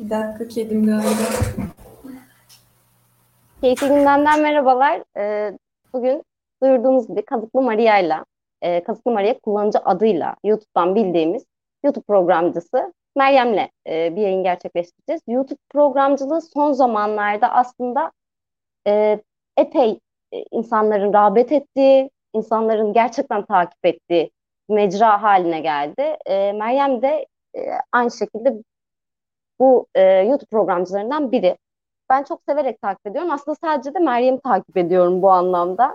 Bir dakika, kedim galiba. Keyifli gündemden merhabalar. Bugün duyurduğumuz gibi Kazıklı Maria'yla, Kazıklı Maria kullanıcı adıyla YouTube'dan bildiğimiz YouTube programcısı Meryem'le bir yayın gerçekleştireceğiz. YouTube programcılığı son zamanlarda aslında e, epey insanların rağbet ettiği, insanların gerçekten takip ettiği mecra haline geldi. Meryem de aynı şekilde bu YouTube programcılarından biri. Ben çok severek takip ediyorum. Aslında sadece de Meryem'i takip ediyorum bu anlamda.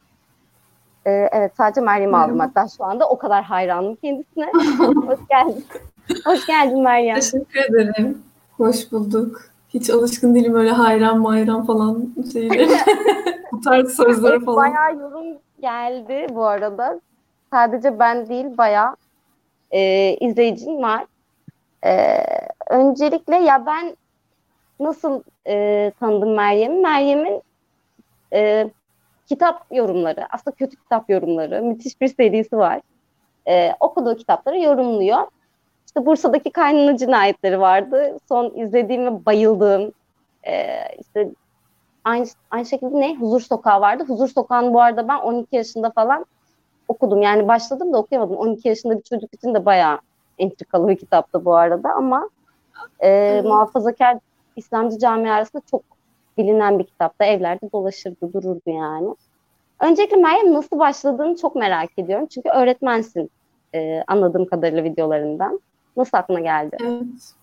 Evet, sadece Meryem'i aldım Merhaba. hatta şu anda. O kadar hayranım kendisine. Hoş geldin. Hoş geldin Meryem. Teşekkür ederim. Hoş bulduk. Hiç alışkın değilim öyle hayran mayran falan şeyler. Bu tarz sözlere Evet, falan. bayağı yorum geldi bu arada. Sadece ben değil, bayağı izleyicim var. E, Öncelikle ya ben nasıl tanıdım Meryem'i? Meryem'in e, kitap yorumları, aslında kötü kitap yorumları, müthiş bir serisi var. Okuduğu kitapları yorumluyor. İşte Bursa'daki kaynana cinayetleri vardı. Son izlediğim ve bayıldığım işte aynı şekilde Huzur Sokağı vardı. Huzur Sokağı'nı bu arada ben 12 yaşında falan okudum. Yani başladım da okuyamadım. 12 yaşında bir çocuk için de bayağı entrikalı bir kitaptı bu arada ama Evet. muhafazakar İslamcı camia arasında çok bilinen bir kitapta. Evlerde dolaşırdı, dururdu yani. Öncelikle Meryem nasıl başladığını çok merak ediyorum. Çünkü öğretmensin anladığım kadarıyla videolarından. Nasıl aklına geldi? Evet.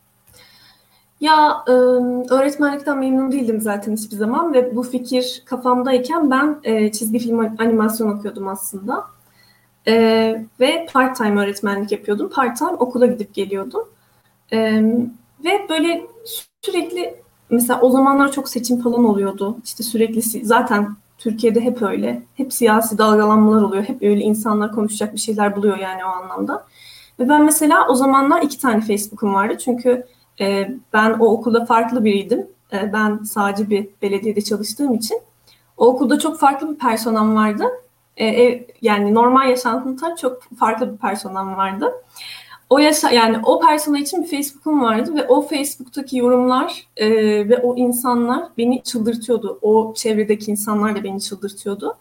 Ya öğretmenlikten memnun değildim zaten hiçbir zaman ve bu fikir kafamdayken ben çizgi film animasyon okuyordum aslında. E, Ve part-time öğretmenlik yapıyordum. Part-time okula gidip geliyordum. E, Ve böyle sürekli mesela o zamanlar çok seçim falan oluyordu. İşte sürekli zaten Türkiye'de hep öyle. Hep siyasi dalgalanmalar oluyor. Hep öyle insanlar konuşacak bir şeyler buluyor yani o anlamda. Ve ben mesela o zamanlar 2 tane Facebook'um vardı. Çünkü ben o okulda farklı biriydim. Ben sadece bir belediyede çalıştığım için. O okulda çok farklı bir personam vardı. Yani normal yaşantımda çok farklı bir personam vardı. Yani o persona için bir Facebook'um vardı ve o Facebook'taki yorumlar ve o insanlar beni çıldırtıyordu. O çevredeki insanlar da beni çıldırtıyordu.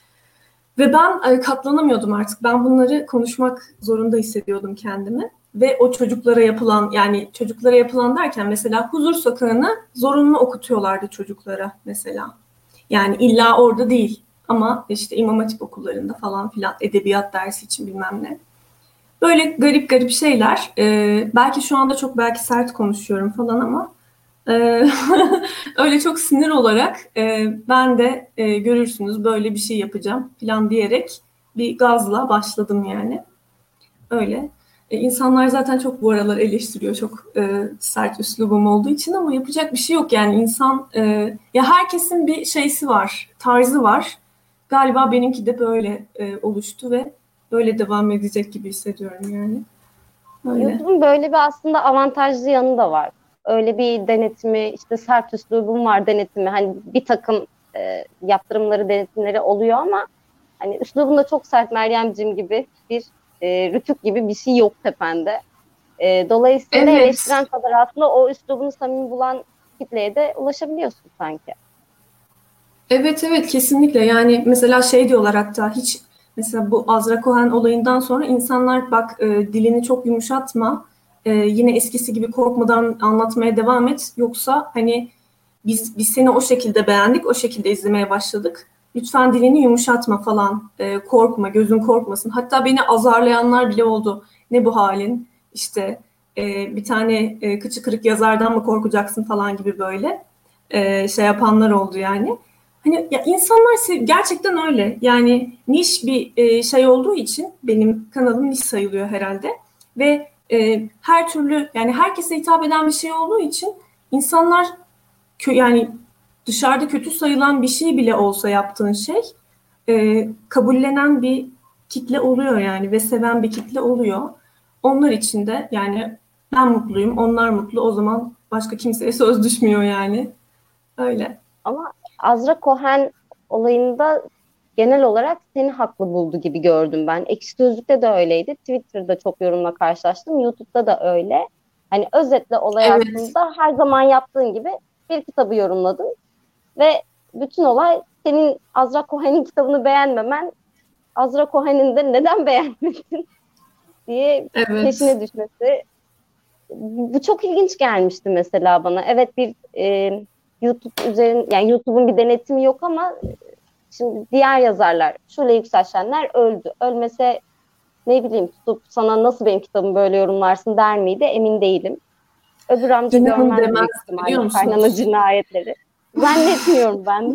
Ve ben katlanamıyordum artık. Ben bunları konuşmak zorunda hissediyordum kendimi. Ve o çocuklara yapılan, yani çocuklara yapılan derken mesela Huzur Sokağı'nı zorunlu okutuyorlardı çocuklara mesela. Yani illa orada değil ama işte İmam Hatip okullarında falan filan edebiyat dersi için bilmem ne. Böyle garip garip şeyler. Belki şu anda çok belki sert konuşuyorum falan ama e, öyle çok sinir olarak ben de görürsünüz böyle bir şey yapacağım falan diyerek bir gazla başladım yani. Öyle. İnsanlar zaten çok bu aralar eleştiriyor çok sert üslubum olduğu için ama yapacak bir şey yok yani insan ya herkesin bir şeysi var, tarzı var. Galiba benimki de böyle oluştu ve böyle devam edecek gibi hissediyorum yani. Öyle. YouTube'un böyle bir aslında avantajlı yanı da var. Öyle bir denetimi, işte sert üslubum var denetimi. Hani bir takım yaptırımları, denetimleri oluyor ama hani üslubun da çok sert Meryemciğim gibi bir rütük gibi bir şey yok tepende. Dolayısıyla Evet. eleştiren kadar aslında o üslubunu samimi bulan kitleye de ulaşabiliyorsun sanki. Evet, evet, kesinlikle yani mesela şey diyorlar hatta hiç mesela bu Azra Cohen olayından sonra insanlar bak dilini çok yumuşatma, yine eskisi gibi korkmadan anlatmaya devam et yoksa hani biz seni o şekilde beğendik, o şekilde izlemeye başladık, lütfen dilini yumuşatma falan, korkma, gözün korkmasın. Hatta beni azarlayanlar bile oldu, ne bu halin işte, bir tane kıçı kırık yazardan mı korkacaksın falan gibi böyle şey yapanlar oldu yani. Hani ya insanlar gerçekten öyle. Yani niş bir şey olduğu için benim kanalım niş sayılıyor herhalde. Ve her türlü yani herkese hitap eden bir şey olduğu için insanlar yani dışarıda kötü sayılan bir şey bile olsa yaptığın şey kabullenen bir kitle oluyor yani ve seven bir kitle oluyor. Onlar için de yani ben mutluyum, onlar mutlu. O zaman başka kimseye söz düşmüyor yani. Öyle. Ama Azra Cohen olayında genel olarak seni haklı buldu gibi gördüm ben. Ekşi Sözlük'te de öyleydi. Twitter'da çok yorumla karşılaştım. YouTube'da da öyle. Hani özetle olay Evet. aslında her zaman yaptığın gibi bir kitabı yorumladın ve bütün olay senin Azra Cohen'in kitabını beğenmemen, Azra Cohen'in de neden beğenmedin diye Evet. peşine düşmesi. Bu çok ilginç gelmişti mesela bana. Evet, bir YouTube yani YouTube'un bir denetimi yok ama şimdi diğer yazarlar, Şule Yükselşenler öldü. Ölmese ne bileyim tutup sana nasıl benim kitabımı böyle yorumlarsın der miydi emin değilim. Öbür amca İnanın görmezdi büyük demezdim, biliyor ihtimalle kaynana musunuz? cinayetleri. Zannetmiyorum ben de.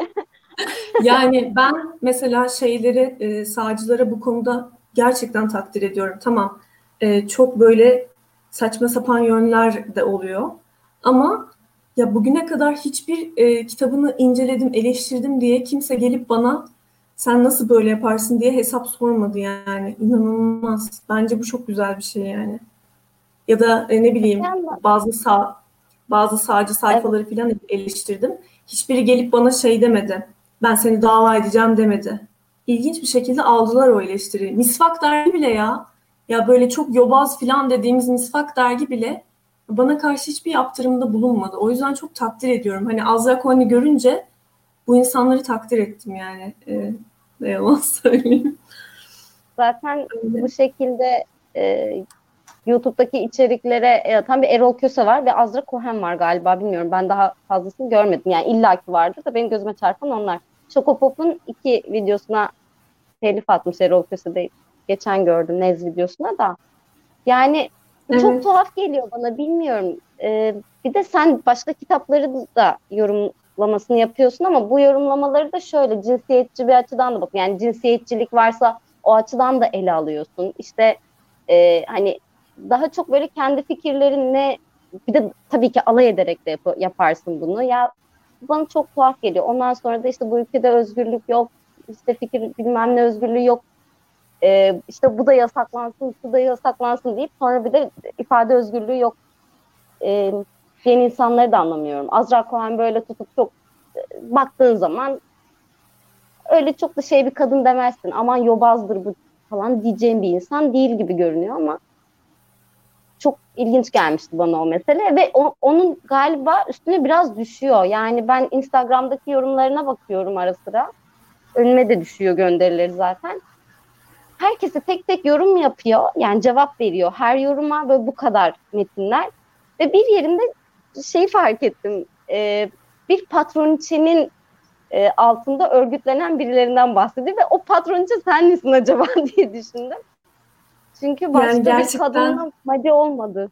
Yani ben mesela şeyleri, sağcılara bu konuda gerçekten takdir ediyorum. Tamam, çok böyle saçma sapan yönler de oluyor. Ama ya bugüne kadar hiçbir kitabını inceledim, eleştirdim diye kimse gelip bana sen nasıl böyle yaparsın diye hesap sormadı yani. İnanılmaz. Bence bu çok güzel bir şey yani. Ya da ne Öte bileyim yandan, bazı sağcı evet, sayfaları falan eleştirdim. Hiçbiri gelip bana şey demedi. Ben seni dava edeceğim demedi. İlginç bir şekilde aldılar o eleştiriyi. Misvak dergi bile ya. Ya böyle çok yobaz falan dediğimiz Misvak dergi bile bana karşı hiçbir yaptırımda bulunmadı. O yüzden çok takdir ediyorum. Hani Azra Cohen'i görünce bu insanları takdir ettim yani. Ne yalan söyleyeyim. zaten bu Öyle. şekilde YouTube'daki içeriklere tam bir Erol Köse var ve Azra Cohen var galiba, bilmiyorum. Ben daha fazlasını görmedim. Yani illaki vardır da benim gözüme çarpan onlar. Chocopop'un 2 videosuna telif atmış Erol Köse de, geçen gördüm Nez videosuna da. Yani bu çok Evet. tuhaf geliyor bana, bilmiyorum. Bir de sen başka kitapları da yorumlamasını yapıyorsun ama bu yorumlamaları da şöyle cinsiyetçi bir açıdan da bak. Yani cinsiyetçilik varsa o açıdan da ele alıyorsun. İşte hani daha çok böyle kendi fikirlerinle, bir de tabii ki alay ederek de yaparsın bunu. Ya bana çok tuhaf geliyor. Ondan sonra da işte bu ülkede özgürlük yok, işte fikir bilmem ne özgürlüğü yok, işte bu da yasaklansın, şu da yasaklansın deyip sonra bir de ifade özgürlüğü yok diyen insanları da anlamıyorum. Azra Cohen böyle tutup çok baktığın zaman öyle çok da şey bir kadın demezsin. Aman yobazdır bu falan diyeceğim bir insan değil gibi görünüyor ama çok ilginç gelmişti bana o mesele ve onun galiba üstüne biraz düşüyor. Yani ben Instagram'daki yorumlarına bakıyorum ara sıra. Önüme de düşüyor gönderileri zaten. Herkese tek tek yorum yapıyor. Yani cevap veriyor. Her yoruma böyle bu kadar metinler. Ve bir yerinde şeyi fark ettim. Bir patroniçenin altında örgütlenen birilerinden bahsediyor ve o patroniçe sen misin acaba diye düşündüm. Çünkü Yani başka bir gerçekten kadınla madi olmadı.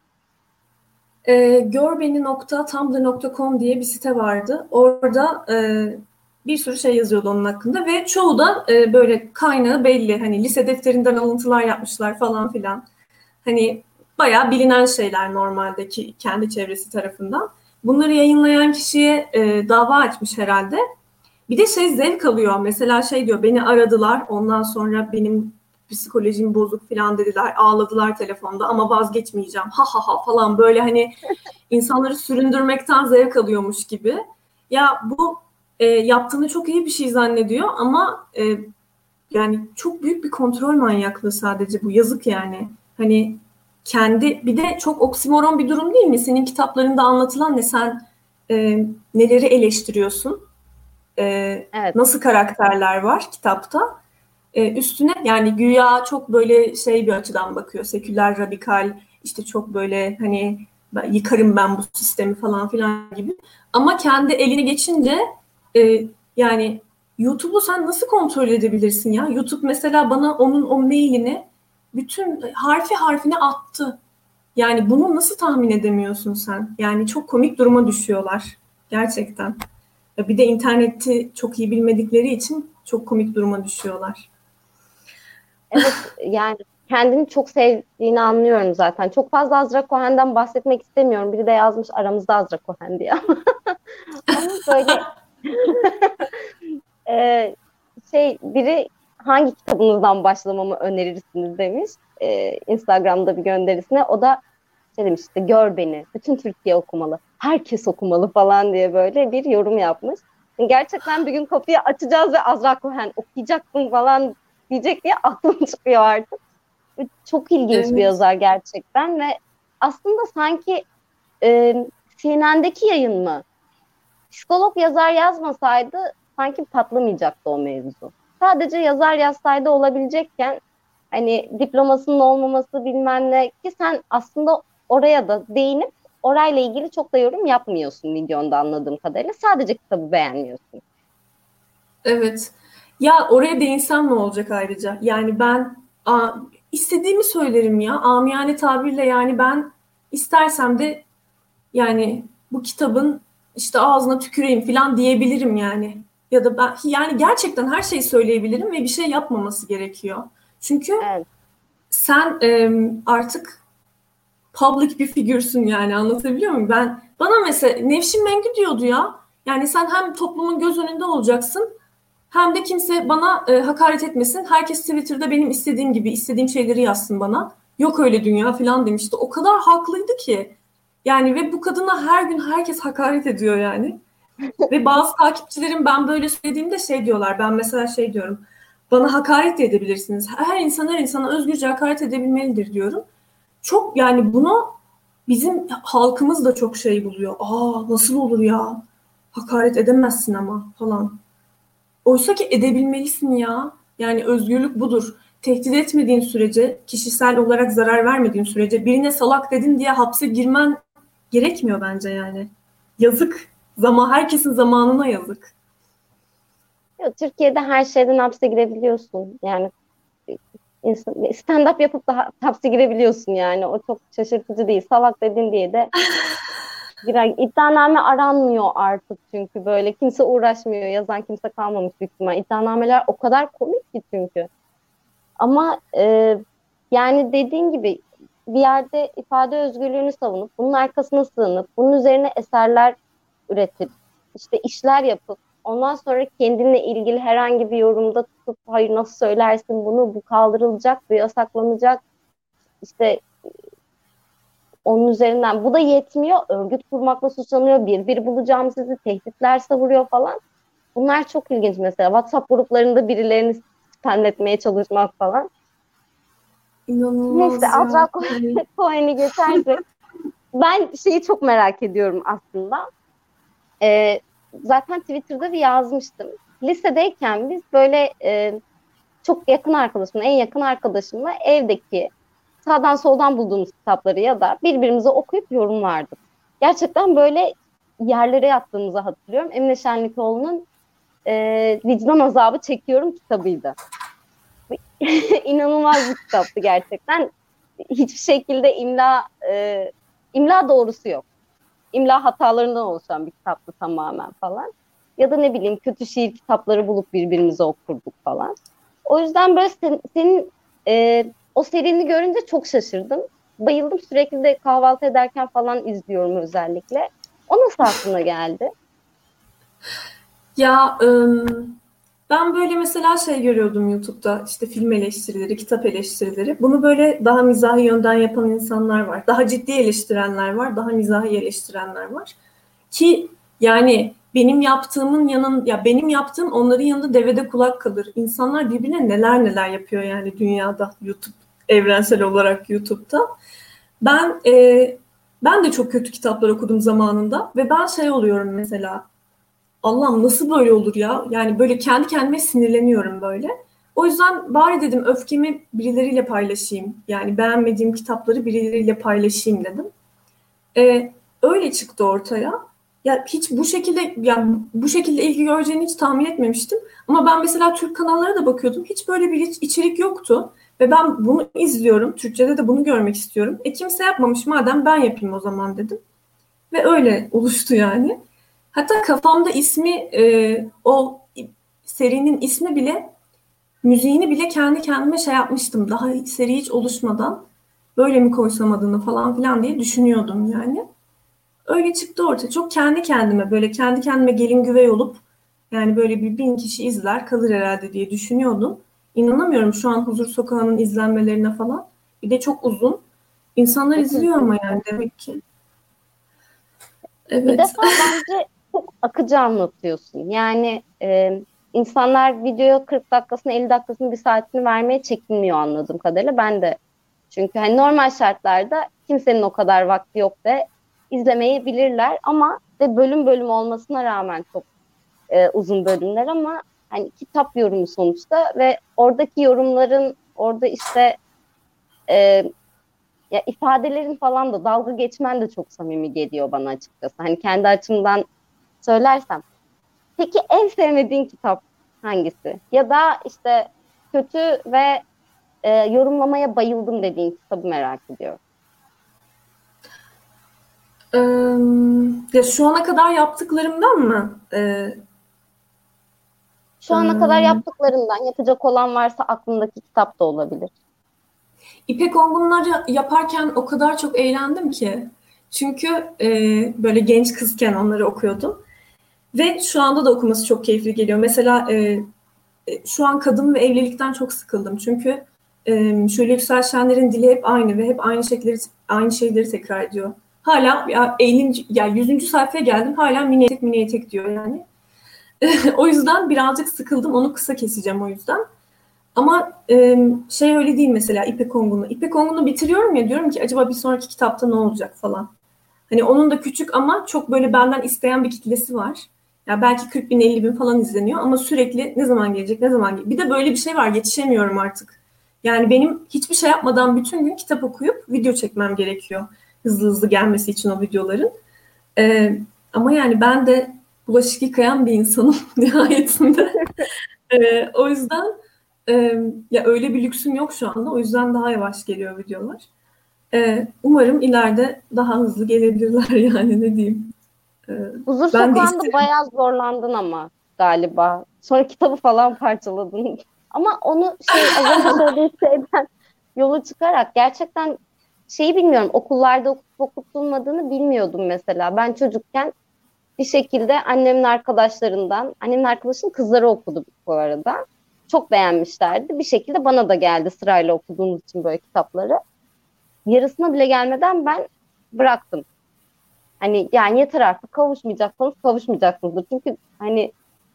Görbeni.tumblr.com diye bir site vardı. Orada bir sürü şey yazıyordu onun hakkında ve çoğu da böyle kaynağı belli. Hani lise defterinden alıntılar yapmışlar falan filan. Hani bayağı bilinen şeyler normaldeki kendi çevresi tarafından. Bunları yayınlayan kişiye dava açmış herhalde. Bir de şey zevk alıyor. Mesela şey diyor, beni aradılar. Ondan sonra benim psikolojim bozuk falan dediler. Ağladılar telefonda ama vazgeçmeyeceğim. Ha ha ha falan, böyle hani insanları süründürmekten zevk alıyormuş gibi. Ya bu yaptığını çok iyi bir şey zannediyor ama yani çok büyük bir kontrol manyaklığı sadece bu. Yazık yani. Hani kendi, bir de çok oksimoron bir durum değil mi? Senin kitaplarında anlatılan ne? Sen neleri eleştiriyorsun? Evet. Nasıl karakterler var kitapta? Üstüne yani güya çok böyle şey bir açıdan bakıyor. Seküler, radikal, işte çok böyle hani yıkarım ben bu sistemi falan filan gibi. Ama kendi eline geçince yani YouTube'u sen nasıl kontrol edebilirsin ya? YouTube mesela bana onun o mailini bütün harfi harfine attı. Yani bunu nasıl tahmin edemiyorsun sen? Yani çok komik duruma düşüyorlar gerçekten. Bir de interneti çok iyi bilmedikleri için çok komik duruma düşüyorlar. Evet, yani kendini çok sevdiğini anlıyorum zaten. Çok fazla Azra Cohen'den bahsetmek istemiyorum. Biri de yazmış aramızda Azra Cohen diye. Ama böyle Ee, biri hangi kitabınızdan başlamamı önerirsiniz demiş. Instagram'da bir gönderisine. O da şey demiş, işte gör beni. Bütün Türkiye okumalı. Herkes okumalı falan diye böyle bir yorum yapmış. Gerçekten bir gün kapıyı açacağız ve Azra Cohen okuyacaksın falan diyecek diye aklım çıkıyor artık. Çok ilginç bir Evet. yazar gerçekten ve aslında sanki CNN'deki yayın mı? Psikolog yazar yazmasaydı sanki patlamayacaktı o mevzu. Sadece yazar yazsaydı olabilecekken hani diplomasının olmaması bilmem ne ki sen aslında oraya da değinip orayla ilgili çok da yorum yapmıyorsun videonda anladığım kadarıyla. Sadece kitabı beğenmiyorsun. Evet. Ya oraya değinsem ne olacak ayrıca? Yani ben istediğimi söylerim ya. Amiyane tabirle yani ben istersem de yani bu kitabın işte ağzına tüküreyim falan diyebilirim yani. Ya da ben yani gerçekten her şeyi söyleyebilirim ve bir şey yapmaması gerekiyor. Çünkü Evet. sen artık public bir figürsün yani anlatabiliyor muyum? Bana mesela Nevşin Mengü diyordu ya. Yani sen hem toplumun göz önünde olacaksın hem de kimse bana hakaret etmesin. Herkes Twitter'da benim istediğim gibi istediğim şeyleri yazsın bana. Yok öyle dünya falan demişti. O kadar haklıydı ki. Yani ve bu kadına her gün herkes hakaret ediyor yani. Ve bazı takipçilerim ben böyle söylediğimde şey diyorlar. Ben mesela şey diyorum. Bana hakaret de edebilirsiniz. Her insana özgürce hakaret edebilmelidir diyorum. Çok yani bunu bizim halkımız da çok şey buluyor. Nasıl olur ya? Hakaret edemezsin ama falan. Oysa ki edebilmelisin ya. Yani özgürlük budur. Tehdit etmediğin sürece, kişisel olarak zarar vermediğin sürece birine salak dedin diye hapse girmen gerekmiyor bence yani. Yazık. Herkesin zamanına yazık. Ya, Türkiye'de her şeyden hapse girebiliyorsun. Yani stand-up yapıp da hapse girebiliyorsun yani. O çok şaşırtıcı değil. Salak dedin diye de girer. İddianame aranmıyor artık çünkü böyle. Kimse uğraşmıyor. Yazan kimse kalmamış büyük ihtimal. İddianameler o kadar komik ki çünkü. Ama yani dediğin gibi bir yerde ifade özgürlüğünü savunup bunun arkasına sığınıp bunun üzerine eserler üretip işte işler yapıp ondan sonra kendinle ilgili herhangi bir yorumda tutup hayır nasıl söylersin bunu bu kaldırılacak bu yasaklanacak işte onun üzerinden bu da yetmiyor örgüt kurmakla suçlanıyor bir bulacağım sizi tehditler savuruyor falan bunlar çok ilginç mesela WhatsApp gruplarında birilerini spamletmeye çalışmak falan. Neyse İnanılmaz Azra ya. Yani Cohen'i geçersek ben şeyi çok merak ediyorum aslında. Ee, zaten Twitter'da bir yazmıştım. Lisedeyken biz böyle çok yakın arkadaşımla, en yakın arkadaşımla evdeki sağdan soldan bulduğumuz kitapları ya da birbirimize okuyup yorumlardık. Gerçekten böyle yerlere yattığımızı hatırlıyorum. Emine Şenlikoğlu'nun Vicdan Azabı Çekiyorum kitabıydı. İnanılmaz bir kitaptı gerçekten. Hiçbir şekilde imla doğrusu yok. İmla hatalarından oluşan bir kitaptı tamamen falan. Ya da ne bileyim kötü şiir kitapları bulup birbirimize okurduk falan. O yüzden böyle senin o serini görünce çok şaşırdım. Bayıldım sürekli de kahvaltı ederken falan izliyorum özellikle. O nasıl aklına geldi? ya ben böyle mesela şey görüyordum YouTube'da işte film eleştirileri, kitap eleştirileri. Bunu böyle daha mizahi yönden yapan insanlar var. Daha ciddi eleştirenler var, daha mizahi eleştirenler var. Ki yani benim yaptığım onların yanında devede kulak kalır. İnsanlar birbirine neler neler yapıyor yani dünyada YouTube evrensel olarak YouTube'da. Ben ben de çok kötü kitaplar okudum zamanında ve ben şey oluyorum mesela. Allah'ım nasıl böyle olur ya? Yani böyle kendi kendime sinirleniyorum böyle. O yüzden bari dedim öfkemi birileriyle paylaşayım. Yani beğenmediğim kitapları birileriyle paylaşayım dedim. Öyle çıktı ortaya. Ya hiç bu şekilde yani bu şekilde ilgi göreceğini hiç tahmin etmemiştim. Ama ben mesela Türk kanallara da bakıyordum. Hiç böyle bir içerik yoktu. Ve ben bunu izliyorum. Türkçe'de de bunu görmek istiyorum. Kimse yapmamış madem ben yapayım o zaman dedim. Ve öyle oluştu yani. Hatta kafamda o serinin ismi bile, müziğini bile kendi kendime şey yapmıştım. Daha seri hiç oluşmadan böyle mi koysam adını falan filan diye düşünüyordum yani. Öyle çıktı ortaya. Çok kendi kendime böyle kendi kendime gelin güvey olup yani böyle bir 1000 kişi izler kalır herhalde diye düşünüyordum. İnanamıyorum şu an Huzur Sokağı'nın izlenmelerine falan. Bir de çok uzun. İnsanlar izliyor ama yani demek ki. Bir Evet. defa bence çok akıcı anlatıyorsun. Yani insanlar videoya 40 dakikasını, 50 dakikasını, bir saatini vermeye çekinmiyor anladığım kadarıyla. Ben de Çünkü hani normal şartlarda kimsenin o kadar vakti yok ve izlemeyebilirler ama ve bölüm bölüm olmasına rağmen çok uzun bölümler ama hani kitap yorumu sonuçta ve oradaki yorumların orada işte e, ya ifadelerin falan da dalga geçmen de çok samimi geliyor bana açıkçası. Hani kendi açımdan söylersem. Peki en sevmediğin kitap hangisi? Ya da işte kötü ve yorumlamaya bayıldım dediğin kitabı merak ediyorum. Ee, Ya şu ana kadar yaptıklarımdan mı? Şu ana kadar Ee, yaptıklarından yapacak olan varsa aklındaki kitap da olabilir. İpek Ongunları yaparken o kadar çok eğlendim ki. Çünkü böyle genç kızken onları okuyordum. Ve şu anda da okuması çok keyifli geliyor. Mesela şu an kadın ve evlilikten çok sıkıldım. Çünkü Şule Yüksel Şenler'in dili hep aynı ve hep aynı şeyleri tekrar ediyor. Hala ya 50. ya 100. sayfaya geldim hala mini etek diyor yani. O yüzden birazcık sıkıldım. Onu kısa keseceğim o yüzden. Ama şey öyle değil mesela İpek Ongun'u. İpek Ongun'u bitiriyorum ya diyorum ki acaba bir sonraki kitapta ne olacak falan. Hani onun da küçük ama çok böyle benden isteyen bir kitlesi var. Ya belki 40 bin 50 bin falan izleniyor ama sürekli ne zaman gelecek ne zaman gelecek. Bir de böyle bir şey var yetişemiyorum artık. Yani benim hiçbir şey yapmadan bütün gün kitap okuyup video çekmem gerekiyor. Hızlı hızlı gelmesi için o videoların. Ee, Ama yani ben de bulaşık yıkayan bir insanım nihayetinde. O yüzden ya öyle bir lüksüm yok şu anda. O yüzden daha yavaş geliyor videolar. Umarım ileride daha hızlı gelebilirler yani ne diyeyim. Ee, Huzur Ben de Sokağı'nda isterim. bayağı zorlandın ama galiba. Sonra kitabı falan parçaladın. Ama onu şey az önce söylediğin şeyden yola çıkarak gerçekten şeyi bilmiyorum. Okullarda okutulmadığını bilmiyordum mesela. Ben çocukken bir şekilde annemin arkadaşının kızları okudu bu arada. Çok beğenmişlerdi. Bir şekilde bana da geldi sırayla okuduğumuz için böyle kitapları. Yarısına bile gelmeden ben bıraktım. Hani yani yeter artık kavuşmayacaksanız kavuşmayacaksınızdır. Çünkü hani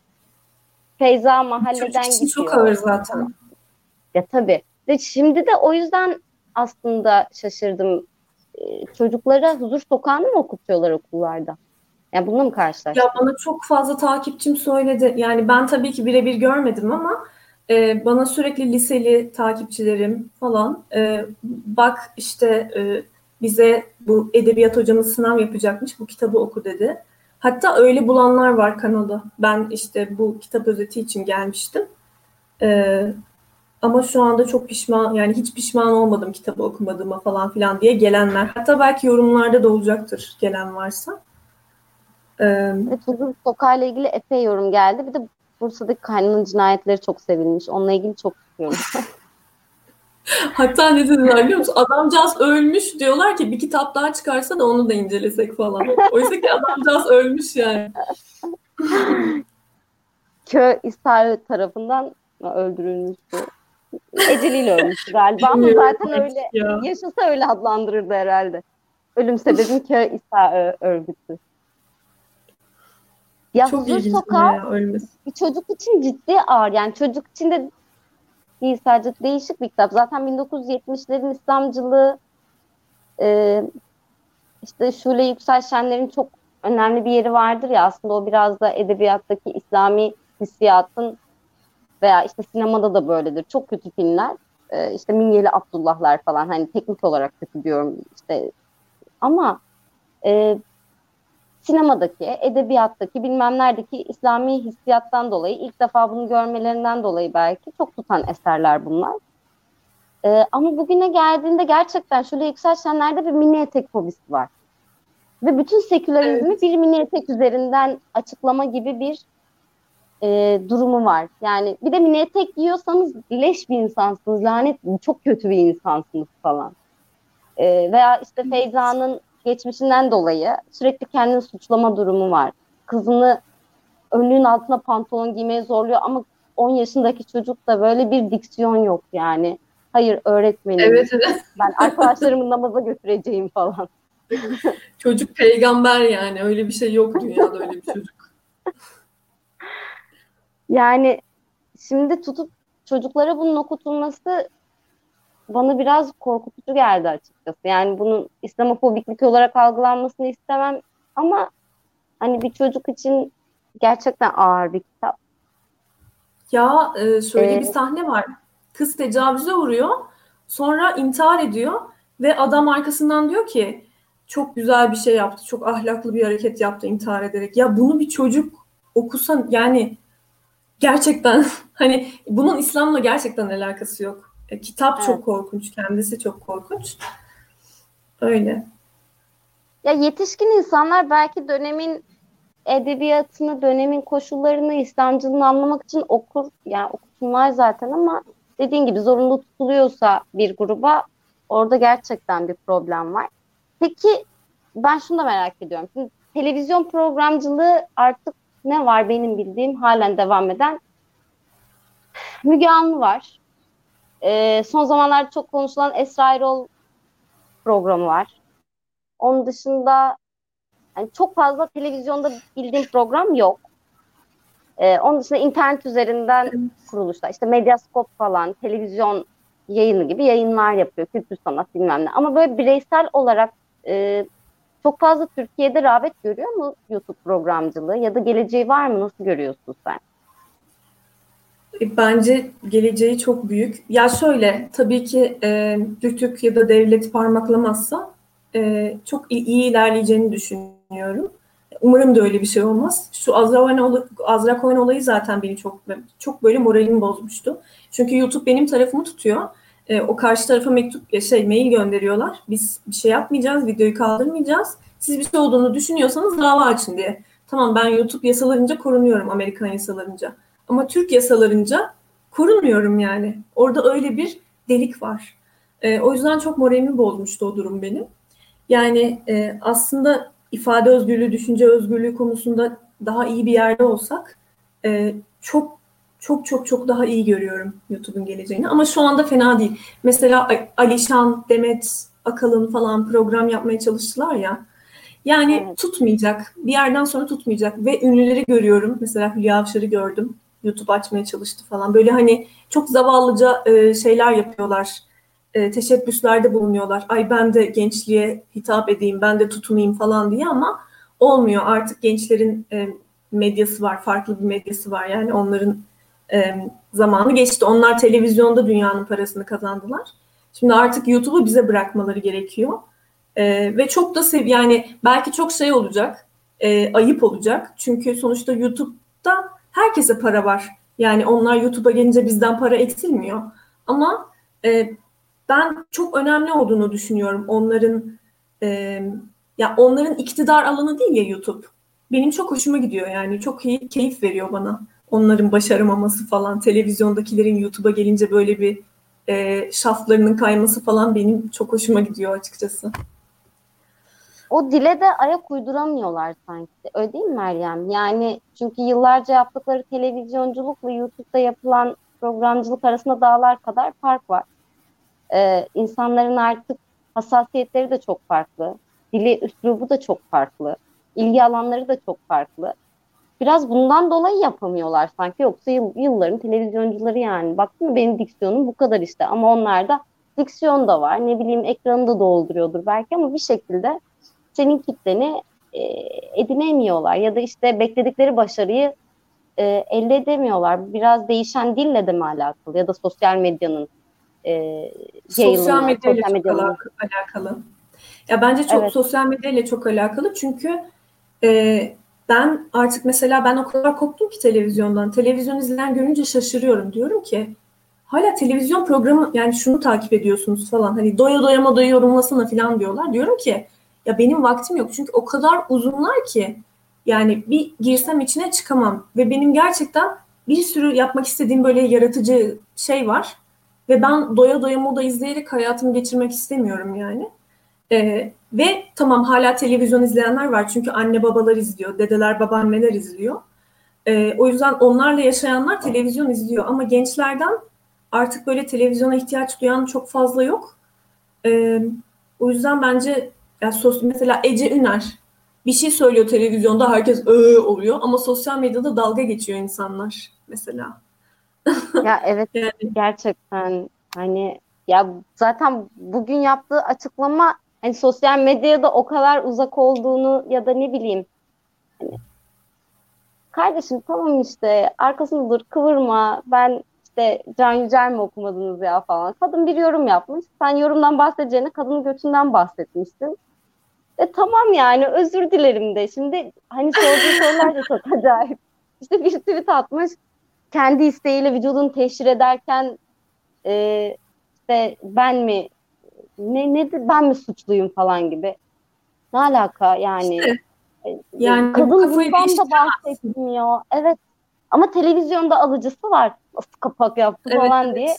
Feyza Çocuk mahalleden için çok gidiyor ağır falan. zaten. Ya tabii. Ve şimdi de o yüzden aslında şaşırdım. Çocuklara huzur sokağını mı okutuyorlar okullarda? Yani bununla mı Ya karşılaştın? bana çok fazla takipçim söyledi. Yani ben tabii ki birebir görmedim ama bana sürekli liseli takipçilerim falan bak işte bize bu edebiyat hocamız sınav yapacakmış bu kitabı oku dedi. Hatta öyle bulanlar var kanala. Ben işte bu kitap özeti için gelmiştim. E, Ama şu anda çok pişman yani hiç pişman olmadım kitabı okumadığıma falan filan diye gelenler. Hatta belki yorumlarda da olacaktır gelen varsa. E, Evet, huzur sokağı ile ilgili epey yorum geldi. Bir de Bursa'daki kaynana cinayetleri çok sevilmiş. Onunla ilgili çok istiyorum. Hatta ne dediler biliyor musun? Adamcağız ölmüş diyorlar ki bir kitap daha çıkarsa da onu da incelesek falan. Oysa ki adamcağız ölmüş yani. İsa tarafından öldürülmüştü. Eceliyle ölmüştü galiba ama Bilmiyorum zaten artık öyle ya. yaşasa öyle adlandırırdı herhalde. Ölüm sebebim İsa örgütü. Ya Çok huzur ilginç ama sokağı ya ölmesi. bir çocuk için ciddi ağır. Yani çocuk için de değil sadece değişik bir kitap. Zaten 1970'lerin İslamcılığı e, işte Şule Yüksel Şenler'in çok önemli bir yeri vardır ya aslında o biraz da edebiyattaki İslami hissiyatın veya işte sinemada da böyledir. Çok kötü filmler. İşte Minyeli Abdullahlar falan hani teknik olarak kötü diyorum işte ama e, sinemadaki, edebiyattaki, bilmem neredeki İslami hissiyattan dolayı ilk defa bunu görmelerinden dolayı belki çok tutan eserler bunlar. Ama bugüne geldiğinde gerçekten şöyle Yüksel Şenler'de bir mini etek fobisi var. Ve bütün sekülerizmi Evet. bir mini etek üzerinden açıklama gibi bir durumu var. Yani bir de mini etek giyiyorsanız leş bir insansınız, lanet çok kötü bir insansınız falan. Veya işte Feyza'nın geçmişinden dolayı sürekli kendini suçlama durumu var. Kızını önlüğün altına pantolon giymeye zorluyor ama 10 yaşındaki çocuk da böyle bir diksiyon yok yani. Hayır öğretmenim, Evet, evet. ben arkadaşlarımı namaza götüreceğim falan. Çocuk peygamber yani. Öyle bir şey yok dünyada öyle bir çocuk. Yani şimdi tutup çocuklara bunun okutulması bana biraz korkutucu geldi açıkçası. Yani bunun İslamofobiklik olarak algılanmasını istemem ama hani bir çocuk için gerçekten ağır bir kitap. Ya şöyle bir Ee, sahne var. Kız tecavüze uğruyor. Sonra intihar ediyor. Ve adam arkasından diyor ki çok güzel bir şey yaptı. Çok ahlaklı bir hareket yaptı intihar ederek. Ya bunu bir çocuk okusa yani gerçekten hani bunun İslam'la gerçekten alakası yok. Kitap evet. çok korkunç. Kendisi çok korkunç. Öyle. Ya yetişkin insanlar belki dönemin edebiyatını, dönemin koşullarını, İslamcılığını anlamak için okur. Yani okusunlar zaten ama dediğin gibi zorunlu tutuluyorsa bir gruba orada gerçekten bir problem var. Peki ben şunu da merak ediyorum. Şimdi televizyon programcılığı artık ne var benim bildiğim halen devam eden Müge Anlı var. Son zamanlarda çok konuşulan Esra Erol programı var. Onun dışında yani çok fazla televizyonda bildiğim program yok. Onun dışında internet üzerinden kuruluşlar, işte Medyaskop falan, televizyon yayını gibi yayınlar yapıyor. Kültür sanat bilmem ne. Ama böyle bireysel olarak e, çok fazla Türkiye'de rağbet görüyor mu YouTube programcılığı? Ya da geleceği var mı? Nasıl görüyorsun sen? Bence geleceği çok büyük. Ya şöyle, tabii ki Rütük ya da devlet parmaklamazsa çok iyi ilerleyeceğini düşünüyorum. Umarım da öyle bir şey olmaz. Şu Azra Cohen olayı zaten beni çok böyle moralimi bozmuştu. Çünkü YouTube benim tarafımı tutuyor. O karşı tarafa mail gönderiyorlar. Biz bir şey yapmayacağız, videoyu kaldırmayacağız. Siz bir şey olduğunu düşünüyorsanız dava açın diye. Tamam, ben YouTube yasalarınca korunuyorum, Amerikan yasalarınca. Ama Türk yasalarınca korunmuyorum yani. Orada öyle bir delik var. O yüzden çok moralimi bozmuştu o durum benim. Yani aslında ifade özgürlüğü, düşünce özgürlüğü konusunda daha iyi bir yerde olsak çok çok çok çok daha iyi görüyorum YouTube'un geleceğini. Ama şu anda fena değil. Mesela Alişan, Demet Akalın falan program yapmaya çalıştılar ya. Yani Evet. tutmayacak. Bir yerden sonra tutmayacak. Ve ünlüleri görüyorum. Mesela Hülya Avşar'ı gördüm. YouTube açmaya çalıştı falan. Böyle hani çok zavallıca şeyler yapıyorlar. Teşebbüslerde bulunuyorlar. Ay ben de gençliğe hitap edeyim, ben de tutunayım falan diye ama olmuyor. Artık gençlerin medyası var, farklı bir medyası var. Yani onların zamanı geçti. Onlar televizyonda dünyanın parasını kazandılar. Şimdi artık YouTube'u bize bırakmaları gerekiyor. Ve çok da yani belki çok şey olacak, ayıp olacak. Çünkü sonuçta YouTube'da herkese para var. Yani onlar YouTube'a gelince bizden para eksilmiyor. Ama e, ben çok önemli olduğunu düşünüyorum. E, onların iktidar alanı değil ya YouTube. Benim çok hoşuma gidiyor yani. Çok iyi, keyif veriyor bana. Onların başaramaması falan, televizyondakilerin YouTube'a gelince böyle bir şaftlarının kayması falan benim çok hoşuma gidiyor açıkçası. O dile de ayak uyduramıyorlar sanki. Öyle değil mi Meryem? Yani çünkü yıllarca yaptıkları televizyonculukla YouTube'da yapılan programcılık arasında dağlar kadar fark var. İnsanların artık hassasiyetleri de çok farklı. Dili, üslubu da çok farklı. İlgi alanları da çok farklı. Biraz bundan dolayı yapamıyorlar sanki. Yoksa yılların televizyoncuları yani. Baktın mı benim diksiyonum bu kadar işte. Ama onlarda diksiyon da var. Ne bileyim ekranı da dolduruyordur belki ama bir şekilde senin kitleni e, edinemiyorlar. Ya da işte bekledikleri başarıyı elde edemiyorlar. Biraz değişen dille de mi alakalı? Ya da sosyal medyanın e, Sosyal yayılımı, medya ile sosyal çok medyanın alakalı. Ya bence çok evet, sosyal medya ile çok alakalı çünkü e, ben artık mesela ben o kadar koptum ki televizyondan. Televizyon izleyen görünce şaşırıyorum. Diyorum ki hala televizyon programı yani şunu takip ediyorsunuz falan. Hani doya doya modayı yorumlasana falan diyorlar. Diyorum ki ya benim vaktim yok. Çünkü o kadar uzunlar ki yani bir girsem içine çıkamam. Ve benim gerçekten bir sürü yapmak istediğim böyle yaratıcı şey var. Ve ben doya doya moda izleyerek hayatımı geçirmek istemiyorum yani. Ve tamam hala televizyon izleyenler var çünkü anne babalar izliyor, dedeler babaanneler izliyor. O yüzden onlarla yaşayanlar televizyon izliyor ama gençlerden artık böyle televizyona ihtiyaç duyan çok fazla yok. Ee, O yüzden bence ya mesela Ece Üner bir şey söylüyor televizyonda herkes oluyor ama sosyal medyada dalga geçiyor insanlar mesela. ya evet Yani gerçekten hani Ya zaten bugün yaptığı açıklama hani sosyal medyada o kadar uzak olduğunu ya da ne bileyim, kardeşim tamam işte arkasını dur kıvırma, ben işte Can Yücel mi okumadınız ya falan. Kadın bir yorum yapmış. Sen yorumdan bahsedeceğine kadının götünden bahsetmişsin. Tamam yani özür dilerim de. Şimdi hani sorduğu sorular da çok acayip. İşte bir tweet atmış. Kendi isteğiyle vücudunu teşhir ederken e, işte ben mi ben mi suçluyum falan gibi. Ne alaka yani? İşte yani Kadın kafayı bundan da değiştiremezsin. bahsetmiyor. Evet. Ama televizyonda alıcısı var. Nasıl kapak yaptı Evet, falan diye. evet.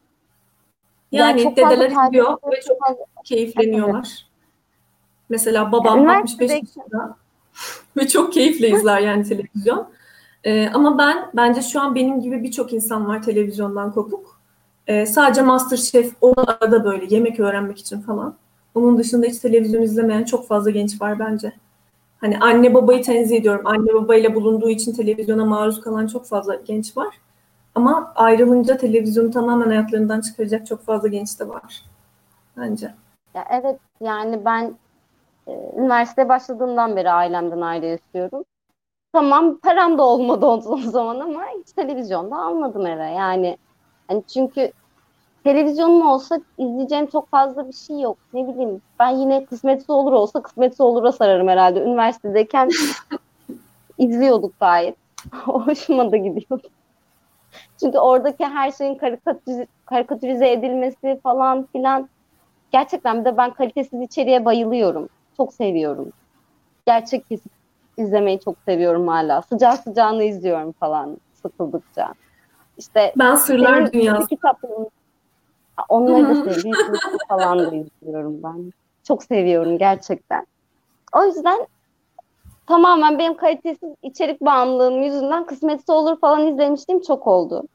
Ya Yani çok fazla dedeler takip izliyor ediyorum. ve Çok çok fazla. Evet. keyifleniyorlar. Mesela Ya, babam 65 üniversitedeyken yaşında ve çok keyifle izler yani televizyon. Ama bence şu an benim gibi birçok insan var televizyondan kopuk. Sadece MasterChef, o da arada böyle yemek öğrenmek için falan. Onun dışında hiç televizyon izlemeyen çok fazla genç var bence. Hani anne babayı tenzih ediyorum. Anne babayla bulunduğu için televizyona maruz kalan çok fazla genç var. Ama ayrılınca televizyonu tamamen hayatlarından çıkaracak çok fazla genç de var bence. ya evet yani ben üniversiteye başladığımdan beri ailemden ayrı yaşıyorum. Tamam param da olmadı o zaman ama hiç televizyonda almadım eve. Yani hani çünkü televizyonum olsa izleyeceğim çok fazla bir şey yok. Ne bileyim ben yine kısmetse olur olsa kısmetse olur'a sararım herhalde. Üniversitedeyken izliyorduk gayet. Hoşuma da gidiyor. Çünkü oradaki her şeyin karikatürize edilmesi falan filan. Gerçekten bir de ben kalitesiz içeriğe bayılıyorum. Çok seviyorum. Gerçek kesit izlemeyi çok seviyorum hala. Sıcağı sıcağını izliyorum falan sıkıldıkça. İşte Ben Sırlar senin kötü Dünyası. kitapların, onları da seviyorum. Büyük Uğur'u falan da izliyorum ben. Çok seviyorum gerçekten. O yüzden tamamen benim kalitesiz içerik bağımlılığım yüzünden Kısmetse Olur falan izlemiştim çok oldu.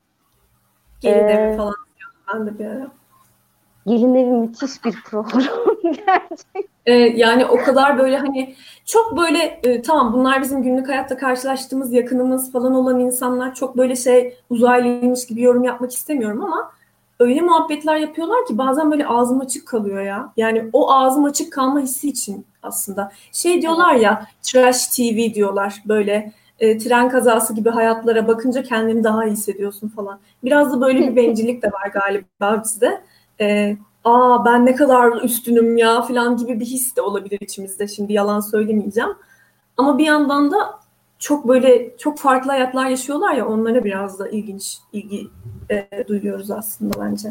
Gelin Evi Ee, falan izliyordum ben de bir ara. Gelin Evi müthiş bir program gerçekten. Yani o kadar böyle hani çok böyle tamam bunlar bizim günlük hayatta karşılaştığımız yakınımız falan olan insanlar çok böyle şey uzaylıymış gibi yorum yapmak istemiyorum ama öyle muhabbetler yapıyorlar ki bazen böyle ağzım açık kalıyor ya. Yani o ağzım açık kalma hissi için aslında. Şey Evet. diyorlar ya trash TV diyorlar böyle tren kazası gibi hayatlara bakınca kendini daha iyi hissediyorsun falan. Biraz da böyle bir bencillik de var galiba bizde. E, ben ne kadar üstünüm ya falan gibi bir his de olabilir içimizde. Şimdi yalan söylemeyeceğim. Ama bir yandan da çok böyle çok farklı hayatlar yaşıyorlar ya onlara biraz da ilgi duyuyoruz aslında bence.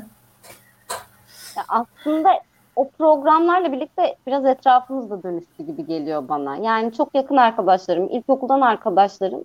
Ya aslında o programlarla birlikte biraz etrafımız da dönüştü gibi geliyor bana. Yani çok yakın arkadaşlarım, ilkokuldan arkadaşlarım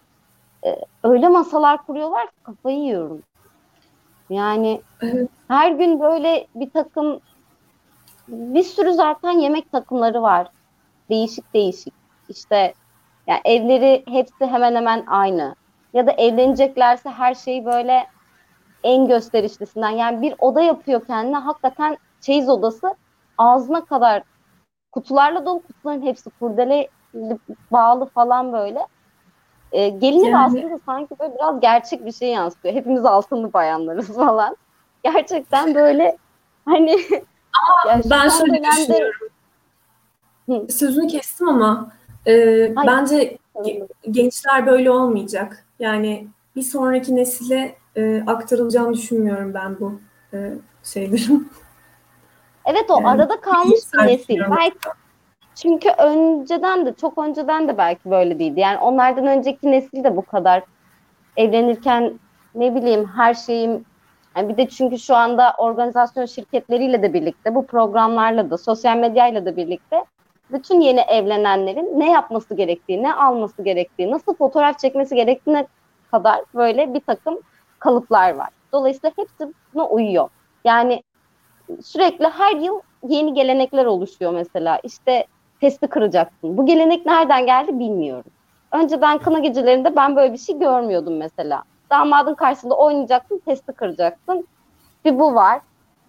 öyle masalar kuruyorlar ki kafayı yiyorum. Yani Evet. her gün böyle bir takım, bir sürü zaten yemek takımları var. Değişik değişik. İşte yani evleri hepsi hemen hemen aynı. Ya da evleneceklerse her şeyi böyle en gösterişlisinden. Yani bir oda yapıyor kendine. Hakikaten çeyiz odası ağzına kadar kutularla dolu, kutuların hepsi kurdele bağlı falan böyle. Gelin evi Yani aslında sanki böyle biraz gerçek bir şey yansıtıyor. Hepimiz altınlı bayanlarız falan. Gerçekten böyle hani ya şu ben son şöyle dönemde düşünüyorum. hı, Sözünü kestim ama hay bence gençler böyle olmayacak. Yani bir sonraki nesile aktarılacağını düşünmüyorum ben bu şeylerin. evet o Yani arada kalmış bir iyimser nesil. düşünüyorum. Belki çünkü önceden de çok önceden de belki böyle değildi. Yani onlardan önceki nesil de bu kadar evlenirken ne bileyim her şeyim, yani bir de çünkü şu anda organizasyon şirketleriyle de birlikte bu programlarla da sosyal medyayla da birlikte bütün yeni evlenenlerin ne yapması gerektiği, ne alması gerektiği, nasıl fotoğraf çekmesi gerektiğine kadar böyle bir takım kalıplar var. Dolayısıyla hepsi buna uyuyor. Yani sürekli her yıl yeni gelenekler oluşuyor mesela. İşte testi kıracaksın. Bu gelenek nereden geldi bilmiyorum. Önceden kına gecelerinde ben böyle bir şey görmüyordum mesela. Damadın karşısında oynayacaksın, testi kıracaksın. Bir bu var.